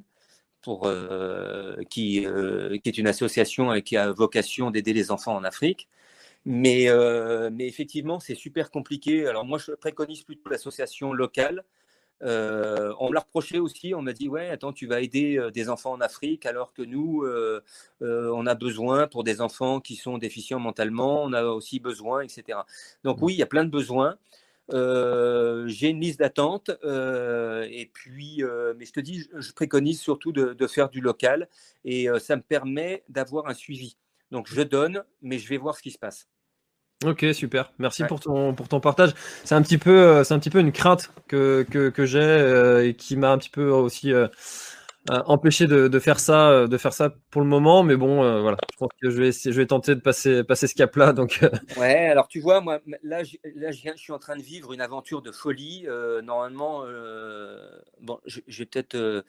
qui est une association qui a vocation d'aider les enfants en Afrique. Mais effectivement, c'est super compliqué. Alors, moi, je préconise plutôt l'association locale. On me l'a reproché aussi, on m'a dit ouais, attends, tu vas aider des enfants en Afrique alors que nous on a besoin pour des enfants qui sont déficients mentalement, on a aussi besoin, etc. Donc oui, il y a plein de besoins. J'ai une liste d'attente et puis mais je te dis, je préconise surtout de faire du local et ça me permet d'avoir un suivi. Donc je donne, mais je vais voir ce qui se passe. Ok, super. Merci pour ton partage. C'est un petit peu une crainte que j'ai et qui m'a un petit peu aussi empêché de faire ça pour le moment. Mais bon, voilà. Je pense que je vais tenter de passer ce cap-là. Donc. Ouais, alors tu vois, moi, là, je suis en train de vivre une aventure de folie. Normalement, bon, je vais peut-être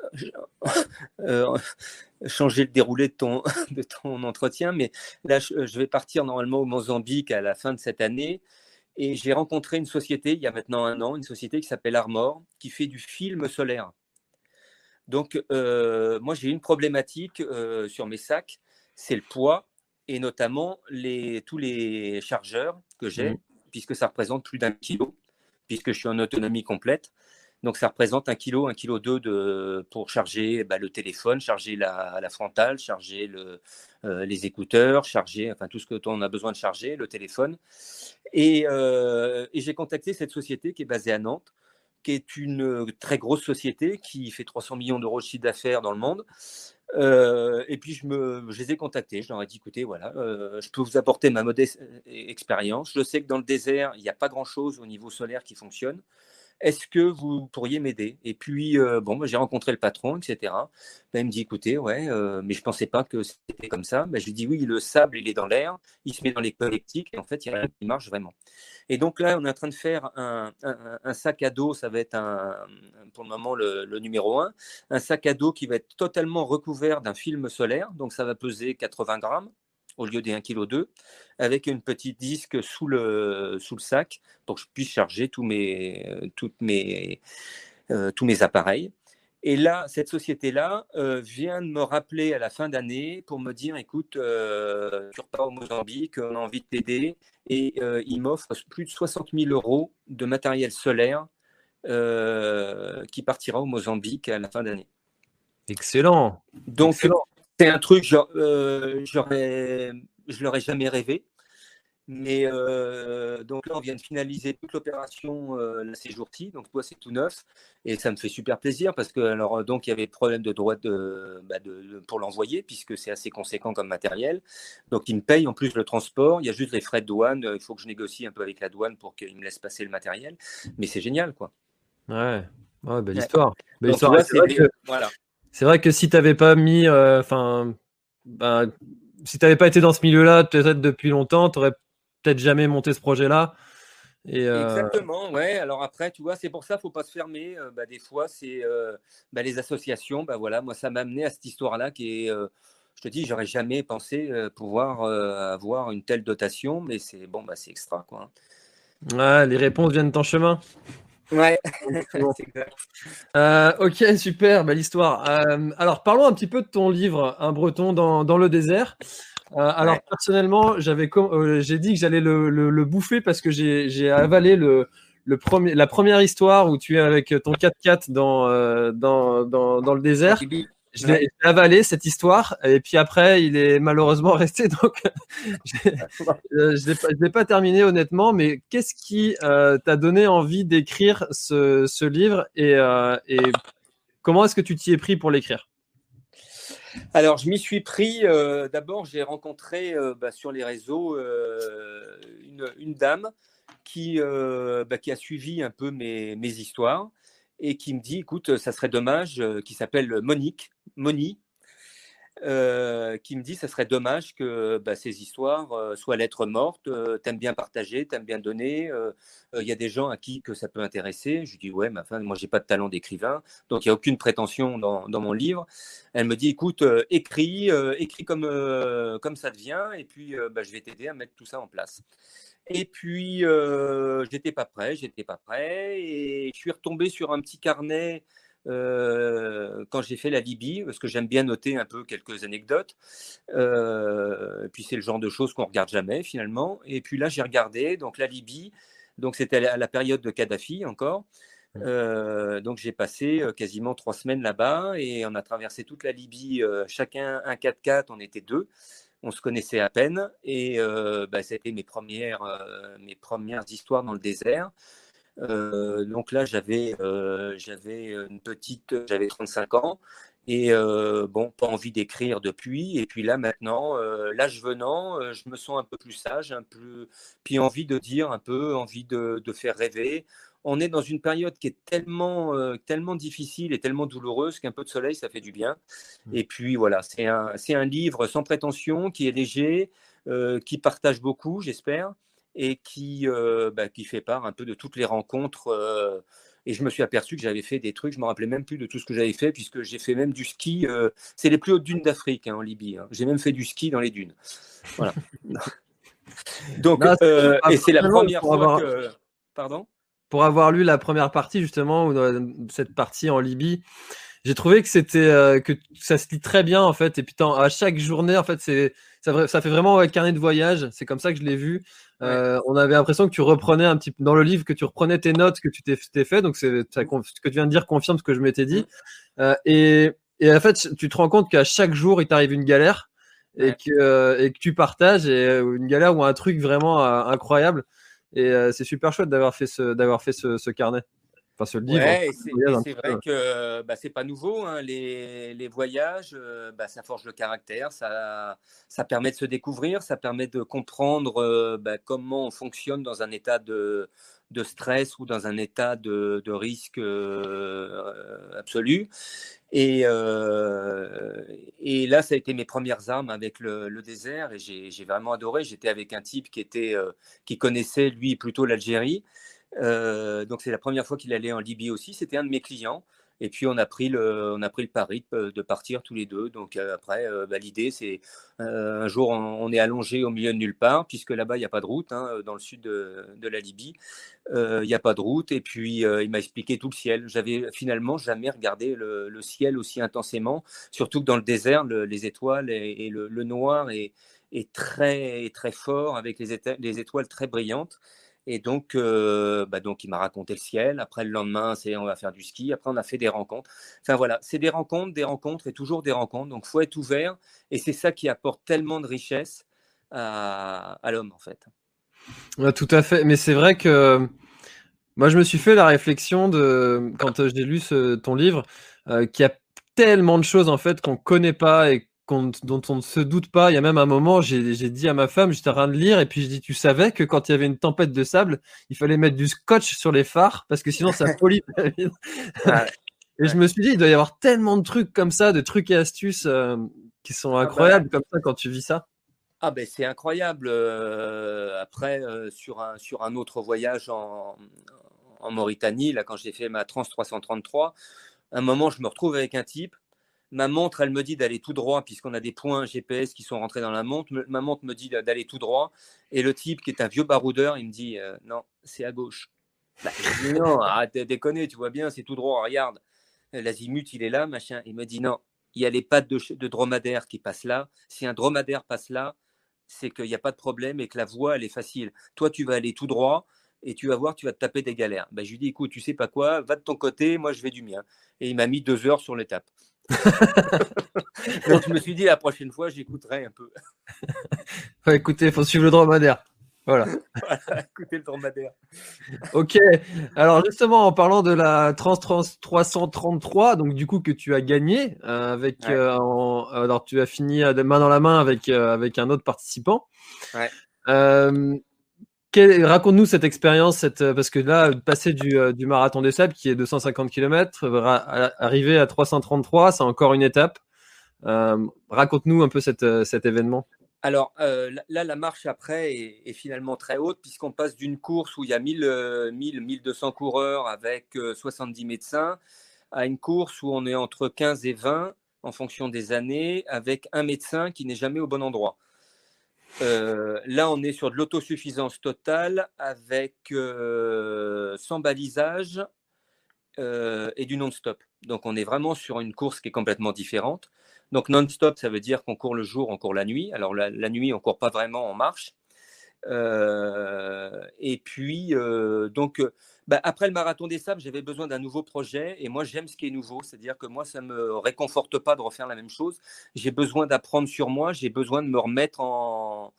changer le déroulé de ton, de ton entretien, mais là, je vais partir normalement au Mozambique à la fin de cette année. Et j'ai rencontré une société, il y a maintenant 1 an, une société qui s'appelle Armor, qui fait du film solaire. Donc, moi, j'ai une problématique sur mes sacs, c'est le poids et notamment tous les chargeurs que j'ai, puisque ça représente plus d'1 kilo, puisque je suis en autonomie complète. Donc, ça représente 1 kilo, 1,2 kg pour charger le téléphone, charger la frontale, charger les écouteurs, charger tout ce que on a besoin de charger, le téléphone. Et j'ai contacté cette société qui est basée à Nantes, qui est une très grosse société qui fait 300 millions d'euros de chiffre d'affaires dans le monde. Et puis, je les ai contactés. Je leur ai dit, écoutez, voilà, je peux vous apporter ma modeste expérience. Je sais que dans le désert, il n'y a pas grand-chose au niveau solaire qui fonctionne. est-ce que vous pourriez m'aider? Et puis, j'ai rencontré le patron, etc. Il me dit, écoutez, ouais, mais je ne pensais pas que c'était comme ça. Je lui dis, oui, le sable, il est dans l'air, il se met dans les collectiques, et en fait, il y a rien qui marche vraiment. Et donc là, on est en train de faire un sac à dos, ça va être pour le moment le numéro 1, un sac à dos qui va être totalement recouvert d'un film solaire, donc ça va peser 80 grammes au lieu des 1,2 kg, avec une petite disque sous le sac pour que je puisse charger tous mes appareils. Et là, cette société-là vient de me rappeler à la fin d'année pour me dire, écoute, tu repars au Mozambique, on a envie de t'aider. Et il m'offre plus de 60 000 € de matériel solaire qui partira au Mozambique à la fin d'année. Excellent. Donc, Excellent. c'est un truc, je l'aurais jamais rêvé. Mais donc là, on vient de finaliser toute l'opération ces jours-ci. Donc, toi, c'est tout neuf. Et ça me fait super plaisir parce que, donc, il y avait problème de droit pour l'envoyer puisque c'est assez conséquent comme matériel. Donc, ils me payent en plus le transport. Il y a juste les frais de douane. Il faut que je négocie un peu avec la douane pour qu'ils me laissent passer le matériel. Mais c'est génial, quoi. Ouais, belle histoire. Belle histoire. Vois, c'est vrai que si tu n'avais pas mis. Si tu n'avais pas été dans ce milieu-là, peut-être depuis longtemps, tu n'aurais peut-être jamais monté ce projet-là. Exactement, ouais. Alors après, tu vois, c'est pour ça, faut pas se fermer. Des fois, c'est les associations. Voilà, moi, ça m'a amené à cette histoire-là qui est, je te dis, j'aurais jamais pensé pouvoir avoir une telle dotation, mais c'est c'est extra, quoi. Ouais, les réponses viennent en chemin. Ouais. C'est exact. Ok, super, belle histoire. Alors, parlons un petit peu de ton livre, Un Breton dans le désert. Alors ouais. Personnellement, j'ai dit que j'allais le bouffer parce que j'ai avalé la première histoire où tu es avec ton 4x4 dans le désert. Je l'ai avalé cette histoire et puis après il est malheureusement resté, donc je l'ai pas terminé honnêtement. Mais qu'est-ce qui t'a donné envie d'écrire ce livre et comment est-ce que tu t'y es pris pour l'écrire? Alors, je m'y suis pris. D'abord, j'ai rencontré sur les réseaux une dame qui a suivi un peu mes histoires et qui me dit, écoute, ça serait dommage, qui s'appelle Moni, qui me dit, ça serait dommage que ces histoires soient lettres mortes. T'aimes bien partager, t'aimes bien donner. Il y a des gens à qui que ça peut intéresser. Je lui dis, ouais, mais enfin, moi, j'ai pas de talent d'écrivain, donc il n'y a aucune prétention dans mon livre. Elle me dit, écoute, écris comme ça te vient, et puis je vais t'aider à mettre tout ça en place. Et puis, j'étais pas prêt, et je suis retombé sur un petit carnet quand j'ai fait la Libye, parce que j'aime bien noter un peu quelques anecdotes. Et puis, c'est le genre de choses qu'on ne regarde jamais, finalement. Et puis là, j'ai regardé, donc la Libye, donc c'était à la période de Kadhafi encore. Donc, j'ai passé quasiment 3 semaines là-bas, et on a traversé toute la Libye, chacun un 4x4, on était 2. On se connaissait à peine, et c'était mes premières histoires dans le désert. Donc là, j'avais 35 ans, et pas envie d'écrire depuis. Et puis là, maintenant, l'âge venant, je me sens un peu plus sage, puis envie de dire un peu, envie de faire rêver. On est dans une période qui est tellement difficile et tellement douloureuse qu'un peu de soleil, ça fait du bien. Et puis voilà, c'est un livre sans prétention, qui est léger, qui partage beaucoup, j'espère, et qui fait part un peu de toutes les rencontres. Et je me suis aperçu que j'avais fait des trucs, je ne me rappelais même plus de tout ce que j'avais fait, puisque j'ai fait même du ski. C'est les plus hautes dunes d'Afrique, en Libye. J'ai même fait du ski dans les dunes. Voilà. Donc, et c'est la première fois que... Pardon ? Pour avoir lu la première partie, justement, ou cette partie en Libye, j'ai trouvé que que ça se lit très bien, en fait. Et puis à chaque journée, en fait, ça fait vraiment un carnet de voyage. C'est comme ça que je l'ai vu. Ouais. On avait l'impression que tu reprenais un petit peu dans le livre, que tu reprenais tes notes que tu t'es fait. Donc ce que tu viens de dire confirme ce que je m'étais dit. Et en fait, tu te rends compte qu'à chaque jour, il t'arrive une galère, et que tu partages, et une galère ou un truc vraiment incroyable. Et c'est super chouette d'avoir fait ce carnet. Enfin, ce livre. Ouais, et c'est vrai que c'est pas nouveau, hein, les voyages, ça forge le caractère, ça permet de se découvrir, ça permet de comprendre comment on fonctionne dans un état de stress ou dans un état de risque absolu. Et là, ça a été mes premières armes avec le désert et j'ai vraiment adoré. J'étais avec un type qui connaissait, lui, plutôt l'Algérie. Donc, c'est la première fois qu'il allait en Libye aussi. C'était un de mes clients. Et puis, on a pris le pari de partir tous les deux. Donc, après, l'idée, c'est un jour, on est allongé au milieu de nulle part, puisque là-bas, il n'y a pas de route, hein, dans le sud de la Libye. Il n'y a pas de route. Et puis, il m'a expliqué tout le ciel. J'avais finalement jamais regardé le ciel aussi intensément, surtout que dans le désert, les étoiles et le noir est très, très fort, avec les étoiles très brillantes. Et donc, il m'a raconté le ciel. Après, le lendemain, on va faire du ski. Après, on a fait des rencontres. Enfin, voilà, c'est des rencontres et toujours des rencontres. Donc, il faut être ouvert. Et c'est ça qui apporte tellement de richesse à l'homme, en fait. Ouais, tout à fait. Mais c'est vrai que moi, je me suis fait la réflexion quand j'ai lu ton livre, qu'il y a tellement de choses en fait qu'on connaît pas et dont on ne se doute pas. Il y a même un moment, j'ai dit à ma femme, j'étais en train de lire et puis je dis, tu savais que quand il y avait une tempête de sable, il fallait mettre du scotch sur les phares parce que sinon ça pollue la ville. Et je me suis dit, il doit y avoir tellement de trucs comme ça, de trucs et astuces qui sont incroyables comme ça quand tu vis ça. Ah ben c'est incroyable. Après, sur un autre voyage en Mauritanie, là, quand j'ai fait ma Trans 333, à un moment, je me retrouve avec un type. Ma montre, elle me dit d'aller tout droit, puisqu'on a des points GPS qui sont rentrés dans la montre. Ma montre me dit d'aller tout droit. Et le type, qui est un vieux baroudeur, il me dit non, c'est à gauche. Je dis non, arrête de déconner, tu vois bien, c'est tout droit, regarde. L'azimut, il est là, machin. Il me dit non, il y a les pattes de dromadaire qui passent là. Si un dromadaire passe là, c'est qu'il n'y a pas de problème et que la voie, elle est facile. Toi, tu vas aller tout droit et tu vas voir, tu vas te taper des galères. Je lui dis, écoute, tu sais pas quoi, va de ton côté, moi, je vais du mien. Et il m'a mis 2 heures sur l'étape. Donc, je me suis dit, la prochaine fois, j'écouterai un peu. Écoutez, il faut suivre le dromadaire. Voilà. Voilà, écoutez le dromadaire. Ok. Alors justement, en parlant de la Trans 333, donc du coup que tu as gagné avec, alors tu as fini de main dans la main avec un autre participant. Ouais. Raconte-nous cette expérience, parce que là, passer du marathon des sables qui est 250 km, arriver à 333, c'est encore une étape. Raconte-nous un peu cet événement. Alors là, la marche après est finalement très haute, puisqu'on passe d'une course où il y a 1200 coureurs avec 70 médecins à une course où on est entre 15 et 20 en fonction des années, avec un médecin qui n'est jamais au bon endroit. Là, on est sur de l'autosuffisance totale avec sans balisage et du non-stop. Donc, on est vraiment sur une course qui est complètement différente. Donc, non-stop, ça veut dire qu'on court le jour, on court la nuit. Alors, la nuit, on ne court pas vraiment en marche. Et puis, après le marathon des sables, j'avais besoin d'un nouveau projet. Et moi, j'aime ce qui est nouveau. C'est-à-dire que moi, ça ne me réconforte pas de refaire la même chose. J'ai besoin d'apprendre sur moi. J'ai besoin de me remettre en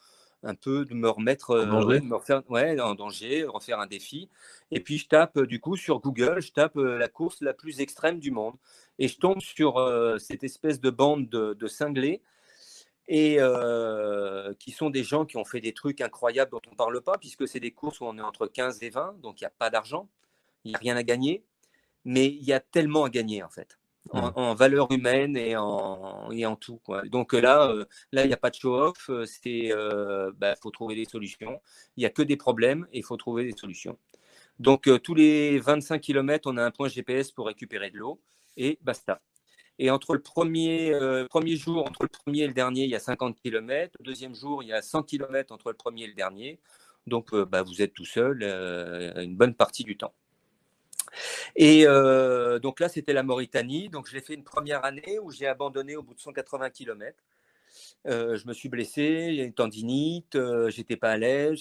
danger, refaire un défi. Et puis, je tape du coup sur Google, je tape la course la plus extrême du monde. Et je tombe sur cette espèce de bande de cinglés et qui sont des gens qui ont fait des trucs incroyables dont on ne parle pas, puisque c'est des courses où on est entre 15 et 20, donc il n'y a pas d'argent, il n'y a rien à gagner, mais il y a tellement à gagner en fait, en valeur humaine et en tout, quoi. Donc là, il n'y a pas de show-off, faut trouver des solutions, il n'y a que des problèmes et il faut trouver des solutions. Donc tous les 25 km, on a un point GPS pour récupérer de l'eau et basta. Et entre le premier jour, entre le premier et le dernier, il y a 50 km. Le deuxième jour, il y a 100 km entre le premier et le dernier. Donc, vous êtes tout seul une bonne partie du temps. Et donc là, c'était la Mauritanie. Donc, je l'ai fait une première année où j'ai abandonné au bout de 180 km. Je me suis blessé, il y a une tendinite, j'étais pas à l'aise,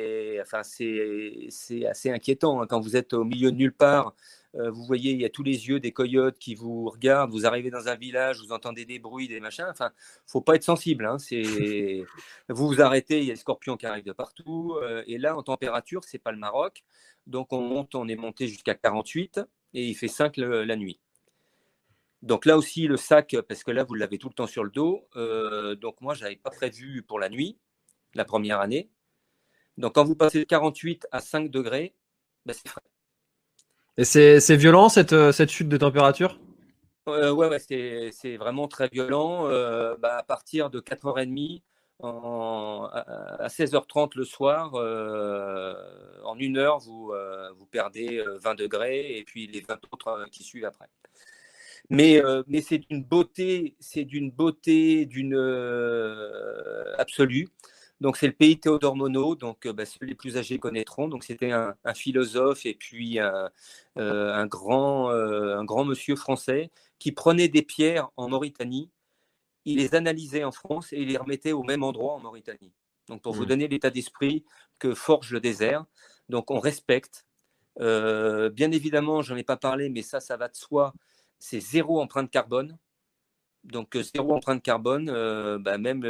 c'est assez inquiétant, hein, quand vous êtes au milieu de nulle part. Vous voyez, il y a tous les yeux des coyotes qui vous regardent. Vous arrivez dans un village, vous entendez des bruits, des machins. Enfin, faut pas être sensible, hein. Vous vous arrêtez, il y a des scorpions qui arrivent de partout. Et là, en température, c'est pas le Maroc. Donc, on est monté jusqu'à 48 et il fait 5 la nuit. Donc là aussi, le sac, parce que là, vous l'avez tout le temps sur le dos. Donc moi, je n'avais pas prévu pour la nuit, la première année. Donc quand vous passez de 48 à 5 degrés, ben, c'est frais. Et c'est violent cette chute de température? Ouais, c'est vraiment très violent. À partir de 4h30, à 16h30 le soir, en 1 heure, vous perdez 20 degrés et puis les 20 autres qui suivent après. Mais c'est d'une beauté, absolue. Donc c'est le pays Théodore Monod, donc ceux les plus âgés connaîtront. Donc c'était un philosophe et puis un grand monsieur français qui prenait des pierres en Mauritanie, il les analysait en France et il les remettait au même endroit en Mauritanie. Donc pour vous donner l'état d'esprit que forge le désert. Donc on respecte. Bien évidemment, j'en ai pas parlé, mais ça va de soi. C'est 0 empreinte carbone. Donc 0 empreinte carbone, même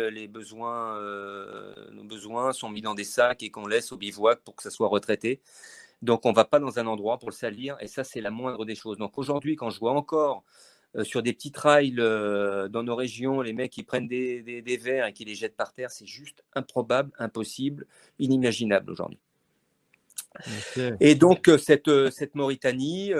nos besoins sont mis dans des sacs et qu'on laisse au bivouac pour que ça soit retraité. Donc on ne va pas dans un endroit pour le salir et ça c'est la moindre des choses. Donc aujourd'hui, quand je vois encore sur des petits trails dans nos régions, les mecs qui prennent des verres et qui les jettent par terre, c'est juste improbable, impossible, inimaginable aujourd'hui. Okay. Et donc cette Mauritanie,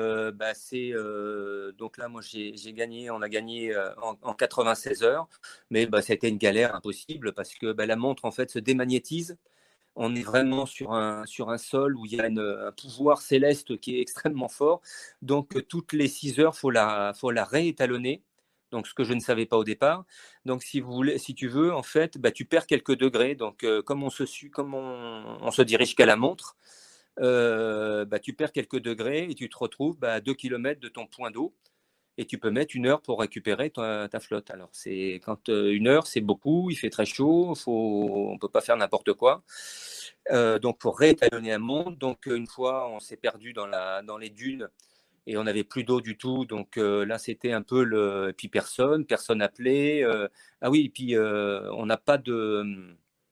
donc là moi on a gagné en 96 heures, mais ça a été une galère impossible parce que la montre en fait se démagnétise. On est vraiment sur un sol où il y a un pouvoir céleste qui est extrêmement fort. Donc toutes les 6 heures, faut la réétalonner. Donc ce que je ne savais pas au départ. Donc si tu veux, en fait, tu perds quelques degrés. Donc comme on se dirige qu'à la montre, tu perds quelques degrés et tu te retrouves à 2 km de ton point d'eau et tu peux mettre 1 heure pour récupérer ta flotte. Alors quand 1 heure, c'est beaucoup, il fait très chaud, on ne peut pas faire n'importe quoi. Donc pour réétalonner un monde, donc une fois on s'est perdu dans les dunes et on n'avait plus d'eau du tout, donc là c'était un peu et puis personne appelait. Ah oui, et puis on n'a pas de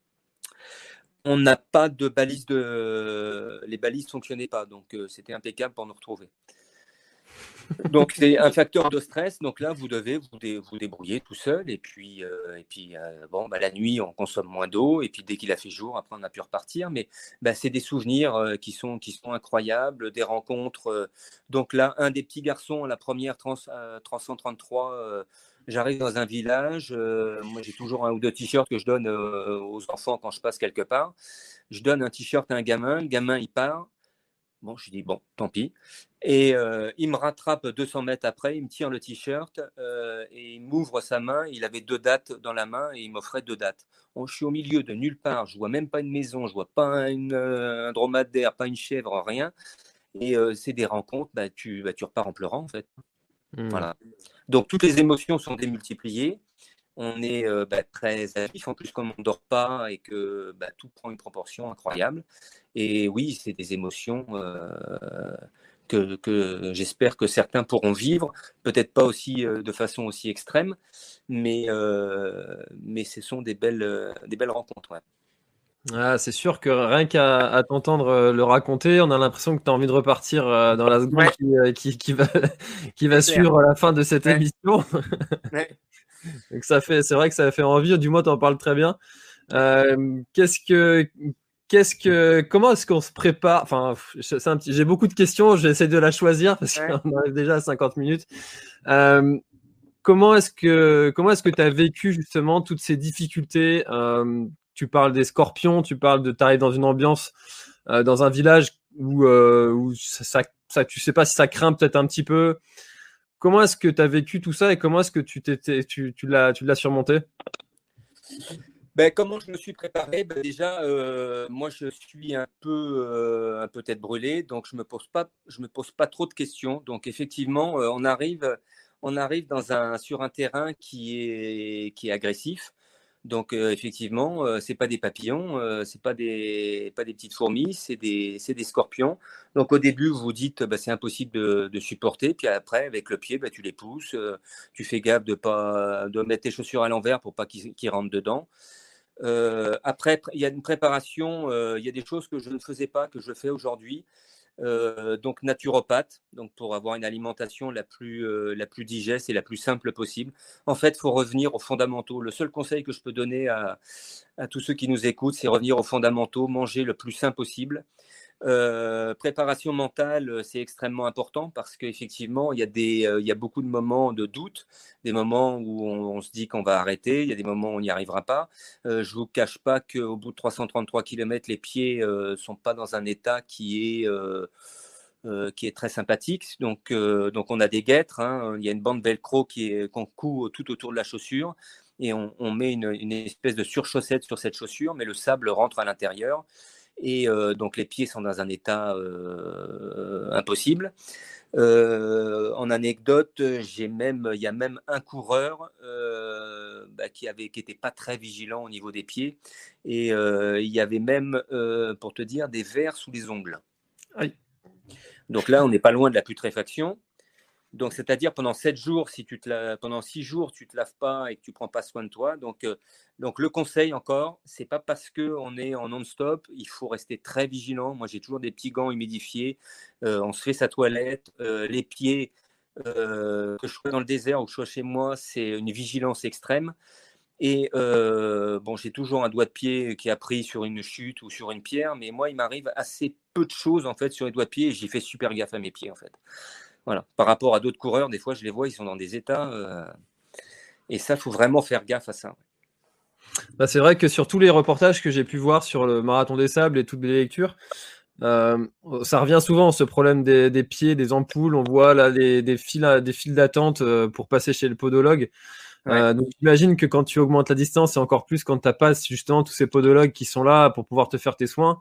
balises les balises ne fonctionnaient pas, donc c'était impeccable pour nous retrouver. Donc c'est un facteur de stress. Donc là, vous devez vous débrouiller tout seul. Et puis la nuit, on consomme moins d'eau. Et puis dès qu'il a fait jour, après on a pu repartir. Mais c'est des souvenirs qui sont incroyables, des rencontres. Donc là, un des petits garçons, la première 333. J'arrive dans un village. Moi, j'ai toujours un ou deux t-shirts que je donne aux enfants quand je passe quelque part. Je donne un t-shirt à un gamin. Le gamin, il part. Bon, je dis, bon, tant pis. Et il me rattrape 200 mètres après, il me tire le t-shirt et il m'ouvre sa main. Il avait 2 dates dans la main et il m'offrait 2 dates. Bon, je suis au milieu de nulle part, je vois même pas une maison, je vois pas un dromadaire, pas une chèvre, rien. Et c'est des rencontres, tu repars en pleurant en fait. Voilà. Donc toutes les émotions sont démultipliées. On est très actif, en plus comme on ne dort pas et que tout prend une proportion incroyable. Et oui, c'est des émotions que j'espère que certains pourront vivre, peut-être pas aussi de façon aussi extrême, mais ce sont des belles rencontres. Ouais. Ah, c'est sûr que rien qu'à t'entendre le raconter, on a l'impression que tu as envie de repartir dans la seconde qui va suivre la fin de cette émission. Ouais. Donc c'est vrai que ça fait envie, du moins tu en parles très bien. Comment est-ce qu'on se prépare? Enfin, j'ai beaucoup de questions, j'essaie de la choisir parce qu'on arrive déjà à 50 minutes. Comment est-ce que tu as vécu justement toutes ces difficultés? Tu parles des scorpions, tu t'arrives dans une ambiance, dans un village où ça, tu sais pas si ça craint peut-être un petit peu. Comment est-ce que tu as vécu tout ça et comment est-ce que tu l'as surmonté? Comment je me suis préparé? Déjà, moi, je suis un peu tête brûlée, donc je me pose pas trop de questions. Donc, effectivement, on arrive sur un terrain qui est agressif. Donc effectivement, c'est pas des papillons, c'est pas des petites fourmis, c'est des scorpions. Donc au début, vous vous dites c'est impossible de supporter, puis après avec le pied, tu les pousses, tu fais gaffe de mettre tes chaussures à l'envers pour pas qu'ils rentrent dedans. Après, il y a une préparation, il y a des choses que je ne faisais pas, que je fais aujourd'hui. Donc naturopathe, donc pour avoir une alimentation la plus digeste et la plus simple possible. En fait, il faut revenir aux fondamentaux. Le seul conseil que je peux donner à tous ceux qui nous écoutent, c'est revenir aux fondamentaux, manger le plus sain possible. Préparation mentale, c'est extrêmement important parce qu'effectivement, il y a beaucoup de moments de doute, des moments où on se dit qu'on va arrêter, il y a des moments où on n'y arrivera pas. Je ne vous cache pas qu'au bout de 333 km, les pieds ne sont pas dans un état qui est très sympathique. Donc on a des guêtres, hein. Il y a une bande velcro qu'on coud tout autour de la chaussure et on met une espèce de surchaussette sur cette chaussure, mais le sable rentre à l'intérieur. Et donc les pieds sont dans un état impossible. En anecdote, il y a même un coureur qui n'était pas très vigilant au niveau des pieds, et il y avait même, pour te dire, des vers sous les ongles. Aïe. Donc là, on n'est pas loin de la putréfaction. Donc, c'est-à-dire pendant 7 jours, pendant 6 jours, tu ne te laves pas et que tu ne prends pas soin de toi. Donc le conseil encore, ce n'est pas parce qu'on est en non-stop, il faut rester très vigilant. Moi, j'ai toujours des petits gants humidifiés. On se fait sa toilette. Les pieds, que je sois dans le désert ou que je sois chez moi, c'est une vigilance extrême. Et j'ai toujours un doigt de pied qui a pris sur une chute ou sur une pierre. Mais moi, il m'arrive assez peu de choses en fait sur les doigts de pied et j'y fais super gaffe à mes pieds en fait. Voilà. Par rapport à d'autres coureurs, des fois, je les vois, ils sont dans des états. Et ça, il faut vraiment faire gaffe à ça. C'est vrai que sur tous les reportages que j'ai pu voir sur le Marathon des Sables et toutes les lectures, ça revient souvent, ce problème des pieds, des ampoules. On voit là des files d'attente pour passer chez le podologue. Ouais. Donc j'imagine que quand tu augmentes la distance, et encore plus quand tu n'as pas justement tous ces podologues qui sont là pour pouvoir te faire tes soins,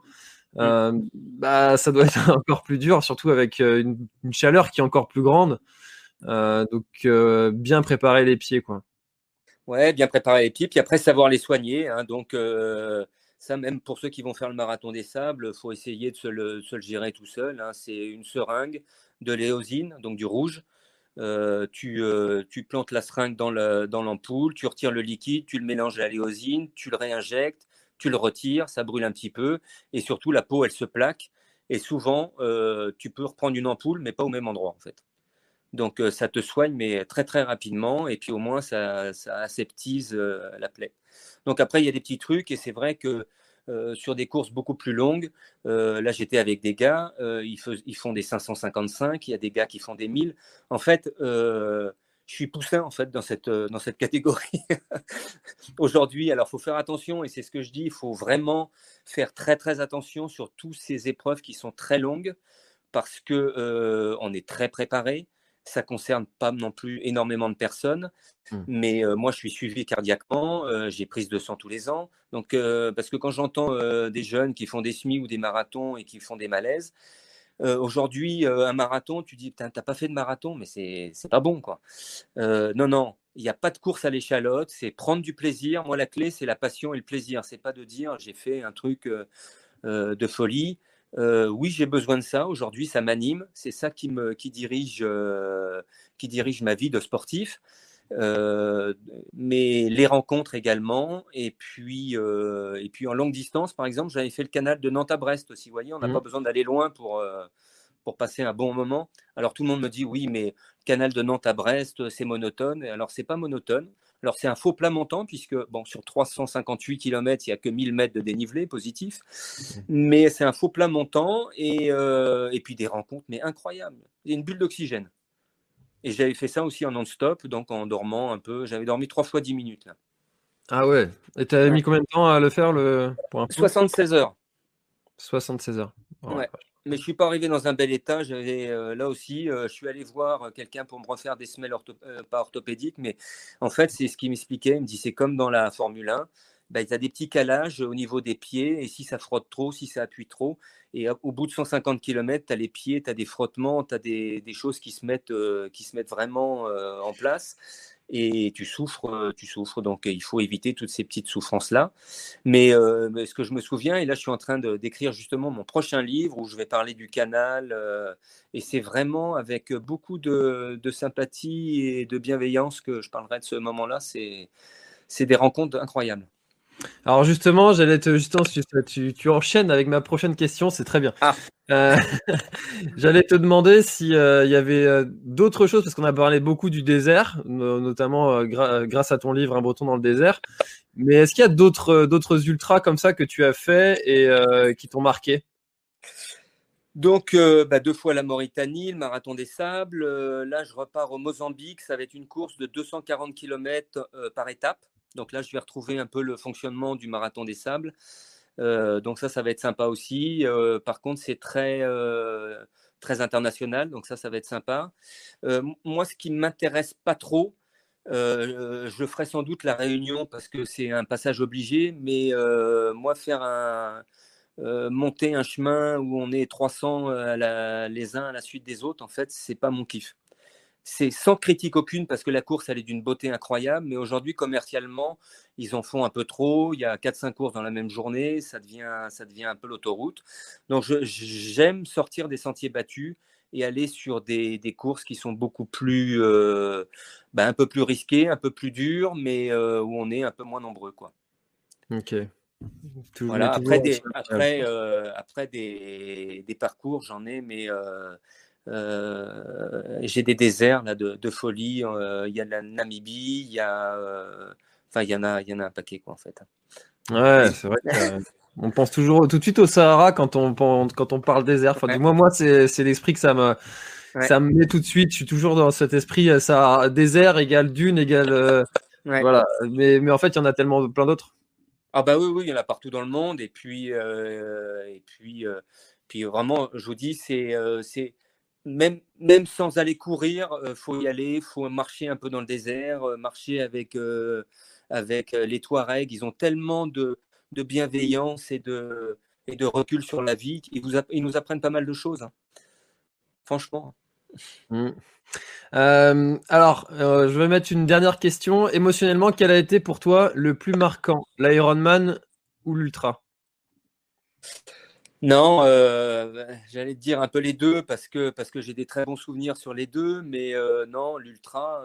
ça doit être encore plus dur, surtout avec une chaleur qui est encore plus grande. Donc bien préparer les pieds, quoi. Ouais, bien préparer les pieds, puis après savoir les soigner. Hein. Donc ça, même pour ceux qui vont faire le Marathon des Sables, il faut essayer de se le gérer tout seul. Hein. C'est une seringue de l'éosine, donc du rouge. Tu plantes la seringue dans l'ampoule, tu retires le liquide, tu le mélanges à l'éosine, tu le réinjectes, tu le retires, ça brûle un petit peu, et surtout la peau, elle se plaque. Et souvent, tu peux reprendre une ampoule, mais pas au même endroit en fait. Donc ça te soigne, mais très très rapidement, et puis au moins ça aseptise la plaie. Donc après, il y a des petits trucs, et c'est vrai que sur des courses beaucoup plus longues, là j'étais avec des gars, ils font des 555, il y a des gars qui font des 1000. En fait, je suis poussin en fait dans cette catégorie. Aujourd'hui, alors il faut faire attention, et c'est ce que je dis, il faut vraiment faire très très attention sur toutes ces épreuves qui sont très longues, parce que on est très préparé. Ça ne concerne pas non plus énormément de personnes, mais moi, je suis suivi cardiaquement, j'ai prise de sang tous les ans. Donc, parce que quand j'entends des jeunes qui font des semis ou des marathons et qui font des malaises, aujourd'hui, un marathon, tu dis, t'as pas fait de marathon, mais c'est pas bon, quoi. Non, il n'y a pas de course à l'échalote, c'est prendre du plaisir. Moi, la clé, c'est la passion et le plaisir. C'est pas de dire, j'ai fait un truc de folie. Oui, j'ai besoin de ça. Aujourd'hui, ça m'anime. C'est ça qui dirige ma vie de sportif. Mais les rencontres également. Et puis en longue distance, par exemple, j'avais fait le canal de Nantes à Brest aussi. Vous voyez, on n'a pas besoin d'aller loin pour passer un bon moment. Alors tout le monde me dit oui, mais le canal de Nantes à Brest, c'est monotone. Et alors, c'est pas monotone. Alors, c'est un faux plat montant, puisque sur 358 km, il n'y a que 1000 mètres de dénivelé positif. Mais c'est un faux plat montant, et puis des rencontres, mais incroyables. Il y a une bulle d'oxygène. Et j'avais fait ça aussi en non-stop, donc en dormant un peu. J'avais dormi 3 fois 10 minutes. Là. Ah ouais. Et tu avais mis combien de temps à le faire pour un 76 heures. 76 heures. Oh, ouais. Mais je ne suis pas arrivé dans un bel état. J'avais là aussi, je suis allé voir quelqu'un pour me refaire des semelles pas orthopédiques, mais en fait, c'est ce qu'il m'expliquait. Il me dit, c'est comme dans la Formule 1. Tu as des petits calages au niveau des pieds, et si ça frotte trop, si ça appuie trop, et au bout de 150 km, tu as les pieds, tu as des frottements, tu as des choses qui se mettent vraiment en place. et tu souffres. Donc, il faut éviter toutes ces petites souffrances-là. Mais ce que je me souviens, et là, je suis en train d'écrire justement mon prochain livre où je vais parler du canal. Et c'est vraiment avec beaucoup de sympathie et de bienveillance que je parlerai de ce moment-là. C'est des rencontres incroyables. Alors justement, tu enchaînes avec ma prochaine question, c'est très bien. Euh, J'allais te demander si il y avait d'autres choses, parce qu'on a parlé beaucoup du désert, notamment grâce à ton livre Un Breton dans le désert. Mais est-ce qu'il y a d'autres ultras comme ça que tu as fait et qui t'ont marqué? Donc, 2 fois la Mauritanie, le Marathon des Sables. Là, je repars au Mozambique. Ça va être une course de 240 km par étape. Donc là, je vais retrouver un peu le fonctionnement du Marathon des Sables. Donc ça va être sympa aussi. Par contre, c'est très international. Donc ça va être sympa. Moi, ce qui ne m'intéresse pas trop, je ferai sans doute la Réunion parce que c'est un passage obligé. Mais moi, monter un chemin où on est 300 les uns à la suite des autres, en fait, c'est pas mon kiff. C'est sans critique aucune parce que la course, elle est d'une beauté incroyable. Mais aujourd'hui, commercialement, ils en font un peu trop. Il y a 4-5 courses dans la même journée. Ça devient un peu l'autoroute. Donc, j'aime sortir des sentiers battus et aller sur des courses qui sont beaucoup plus, un peu plus risquées, un peu plus dures, mais où on est un peu moins nombreux, quoi. Ok. Voilà. Après des parcours, j'en ai, mais j'ai des déserts là, de folie. Il y a la Namibie, il y en a un paquet, quoi, en fait. Ouais, c'est vrai qu'on pense toujours tout de suite au Sahara quand on parle désert. Enfin, du moins, moi, c'est l'esprit que ça me met tout de suite. Je suis toujours dans cet esprit, ça, désert égale dune égale. Voilà. Mais en fait, il y en a tellement plein d'autres. Ah bah oui, il y en a partout dans le monde. Et puis vraiment, je vous dis, c'est même sans aller courir, faut y aller, faut marcher un peu dans le désert, marcher avec les Touaregs. Ils ont tellement de bienveillance et de recul sur la vie. Ils nous apprennent pas mal de choses, hein. Franchement. Alors, je vais mettre une dernière question. Émotionnellement, quel a été pour toi le plus marquant, l'Ironman ou l'Ultra? Non, j'allais te dire un peu les deux parce que j'ai des très bons souvenirs sur les deux, mais non, l'Ultra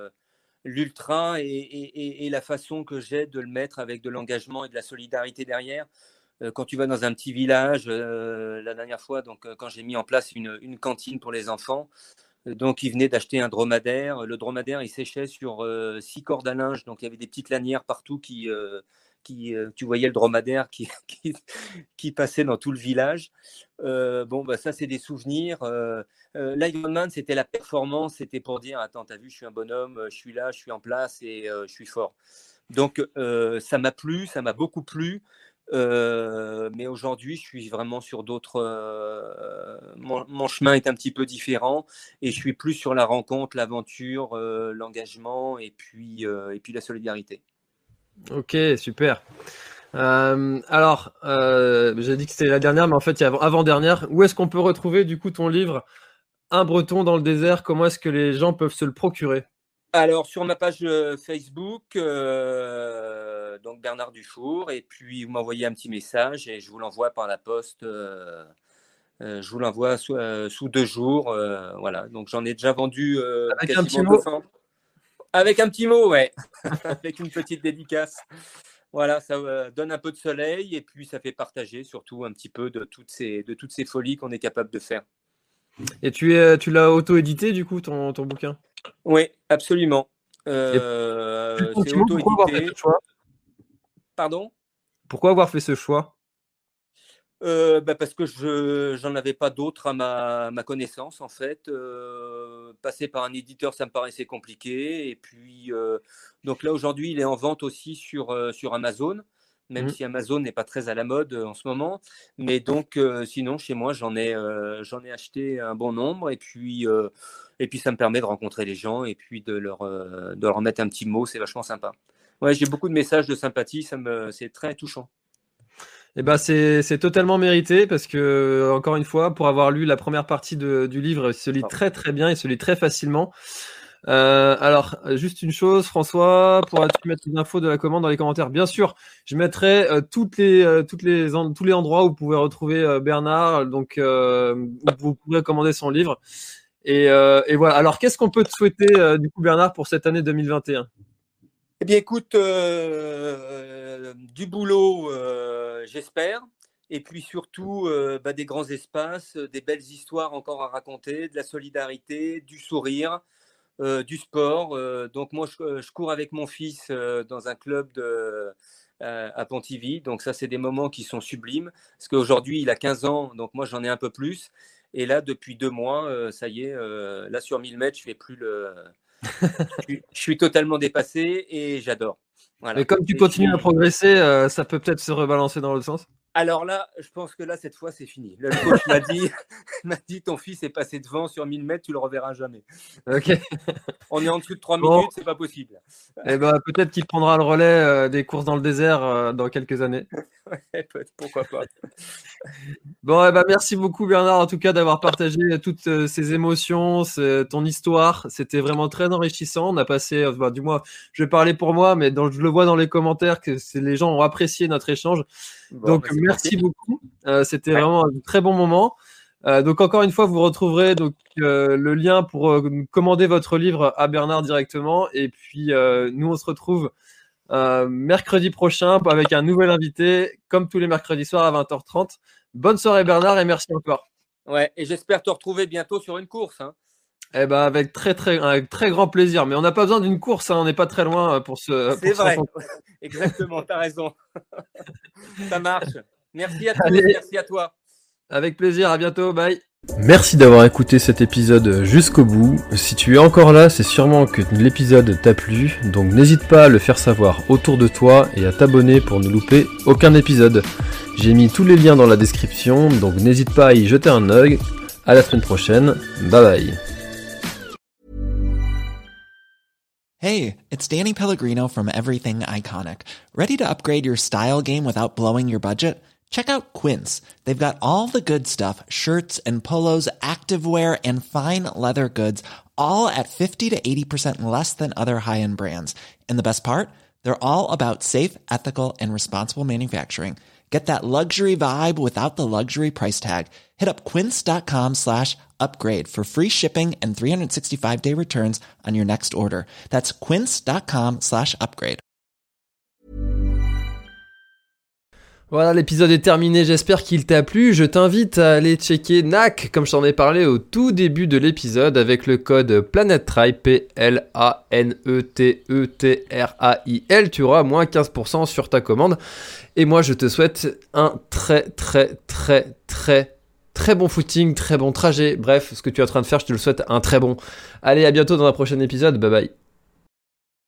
et la façon que j'ai de le mettre avec de l'engagement et de la solidarité derrière. Quand tu vas dans un petit village, la dernière fois, donc quand j'ai mis en place une cantine pour les enfants, donc ils venaient d'acheter un dromadaire. Le dromadaire, il séchait sur 6 cordes à linge, donc il y avait des petites lanières partout tu voyais le dromadaire qui passait dans tout le village. Ça, c'est des souvenirs. L'Ironman, c'était la performance, c'était pour dire, attends, t'as vu, je suis un bonhomme, je suis là, je suis en place et je suis fort. Donc, ça m'a plu, ça m'a beaucoup plu. Mais aujourd'hui, je suis vraiment sur d'autres. Mon chemin est un petit peu différent et je suis plus sur la rencontre, l'aventure, l'engagement et puis la solidarité. Ok, super. Alors, j'ai dit que c'était la dernière, mais en fait, il y a avant-dernière. Où est-ce qu'on peut retrouver du coup ton livre Un Breton dans le désert? Comment est-ce que les gens peuvent se le procurer? Alors, sur ma page Facebook, donc Bernard Dufour, et puis vous m'envoyez un petit message et je vous l'envoie par la poste. Je vous l'envoie sous 2 jours. Voilà, donc j'en ai déjà vendu Avec quasiment un petit mot 200. Avec un petit mot, ouais. Avec une petite dédicace. Voilà, ça donne un peu de soleil et puis ça fait partager surtout un petit peu de toutes ces folies qu'on est capable de faire. Et tu l'as auto-édité du coup ton bouquin? Oui, absolument. C'est auto-édité. Pourquoi avoir fait ce choix? Pardon? Pourquoi avoir fait ce choix? Parce que j'en avais pas d'autres à ma connaissance en fait. Passer par un éditeur, ça me paraissait compliqué. Et puis, donc là aujourd'hui, il est en vente aussi sur Amazon, même si Amazon n'est pas très à la mode en ce moment. Mais donc, sinon, chez moi, j'en ai acheté un bon nombre. Et puis, ça me permet de rencontrer les gens et puis de leur mettre un petit mot. C'est vachement sympa. Ouais, j'ai beaucoup de messages de sympathie. C'est très touchant. Eh ben c'est totalement mérité parce que, encore une fois, pour avoir lu la première partie du livre, il se lit très très bien, il se lit très facilement. Alors, juste une chose, François, pourras-tu mettre les infos de la commande dans les commentaires? Bien sûr, je mettrai tous les endroits où vous pouvez retrouver Bernard, donc où vous pourrez commander son livre. Et voilà. Alors, qu'est-ce qu'on peut te souhaiter, du coup, Bernard, pour cette année 2021? Eh bien, écoute, du boulot, j'espère. Et puis surtout, des grands espaces, des belles histoires encore à raconter, de la solidarité, du sourire, du sport. Donc moi, je cours avec mon fils dans un club à Pontivy. Donc ça, c'est des moments qui sont sublimes. Parce qu'aujourd'hui, il a 15 ans, donc moi, j'en ai un peu plus. Et là, depuis 2 mois, ça y est, là, sur 1000 mètres, je fais plus je suis totalement dépassé et j'adore. Voilà. Mais comme tu continues à progresser, ça peut peut-être se rebalancer dans l'autre sens. Alors là, je pense que là, cette fois, c'est fini. Le coach m'a dit, ton fils est passé devant sur 1000 mètres, tu le reverras jamais. Ok. On est en dessous de 3 minutes, c'est pas possible. Eh ben, peut-être qu'il prendra le relais des courses dans le désert dans quelques années. Ouais, pourquoi pas. Bon, eh ben, merci beaucoup Bernard, en tout cas, d'avoir partagé toutes ces émotions, ton histoire. C'était vraiment très enrichissant. On a passé, du moins, je vais parler pour moi, mais je le vois dans les commentaires que les gens ont apprécié notre échange. Donc, merci beaucoup. C'était vraiment un très bon moment. Donc, encore une fois, vous retrouverez le lien pour commander votre livre à Bernard directement. Et puis, nous, on se retrouve mercredi prochain avec un nouvel invité, comme tous les mercredis soirs à 20h30. Bonne soirée Bernard et merci encore. Ouais, et j'espère te retrouver bientôt sur une course. Hein. Eh ben, avec très grand plaisir. Mais on n'a pas besoin d'une course, hein, on n'est pas très loin pour se. C'est vrai, exactement, tu as raison. Ça marche. Merci à tous, merci à toi. Avec plaisir, à bientôt, bye. Merci d'avoir écouté cet épisode jusqu'au bout. Si tu es encore là, c'est sûrement que l'épisode t'a plu, donc n'hésite pas à le faire savoir autour de toi et à t'abonner pour ne louper aucun épisode. J'ai mis tous les liens dans la description, donc n'hésite pas à y jeter un œil. À la semaine prochaine, bye bye. Hey, it's Danny Pellegrino from Everything Iconic. Ready to upgrade your style game without blowing your budget? Check out Quince. They've got all the good stuff, shirts and polos, activewear, and fine leather goods, all at 50 to 80% less than other high-end brands. And the best part? They're all about safe, ethical, and responsible manufacturing. Get that luxury vibe without the luxury price tag. Hit up quince.com/upgrade for free shipping and 365-day returns on your next order. That's quince.com/upgrade. Voilà, l'épisode est terminé, j'espère qu'il t'a plu. Je t'invite à aller checker NAC, comme je t'en ai parlé au tout début de l'épisode, avec le code PlanetTrail, PLANETETRAIL. Tu auras moins 15% sur ta commande. Et moi, je te souhaite un très bon footing, très bon trajet. Bref, ce que tu es en train de faire, je te le souhaite un très bon. Allez, à bientôt dans un prochain épisode. Bye bye.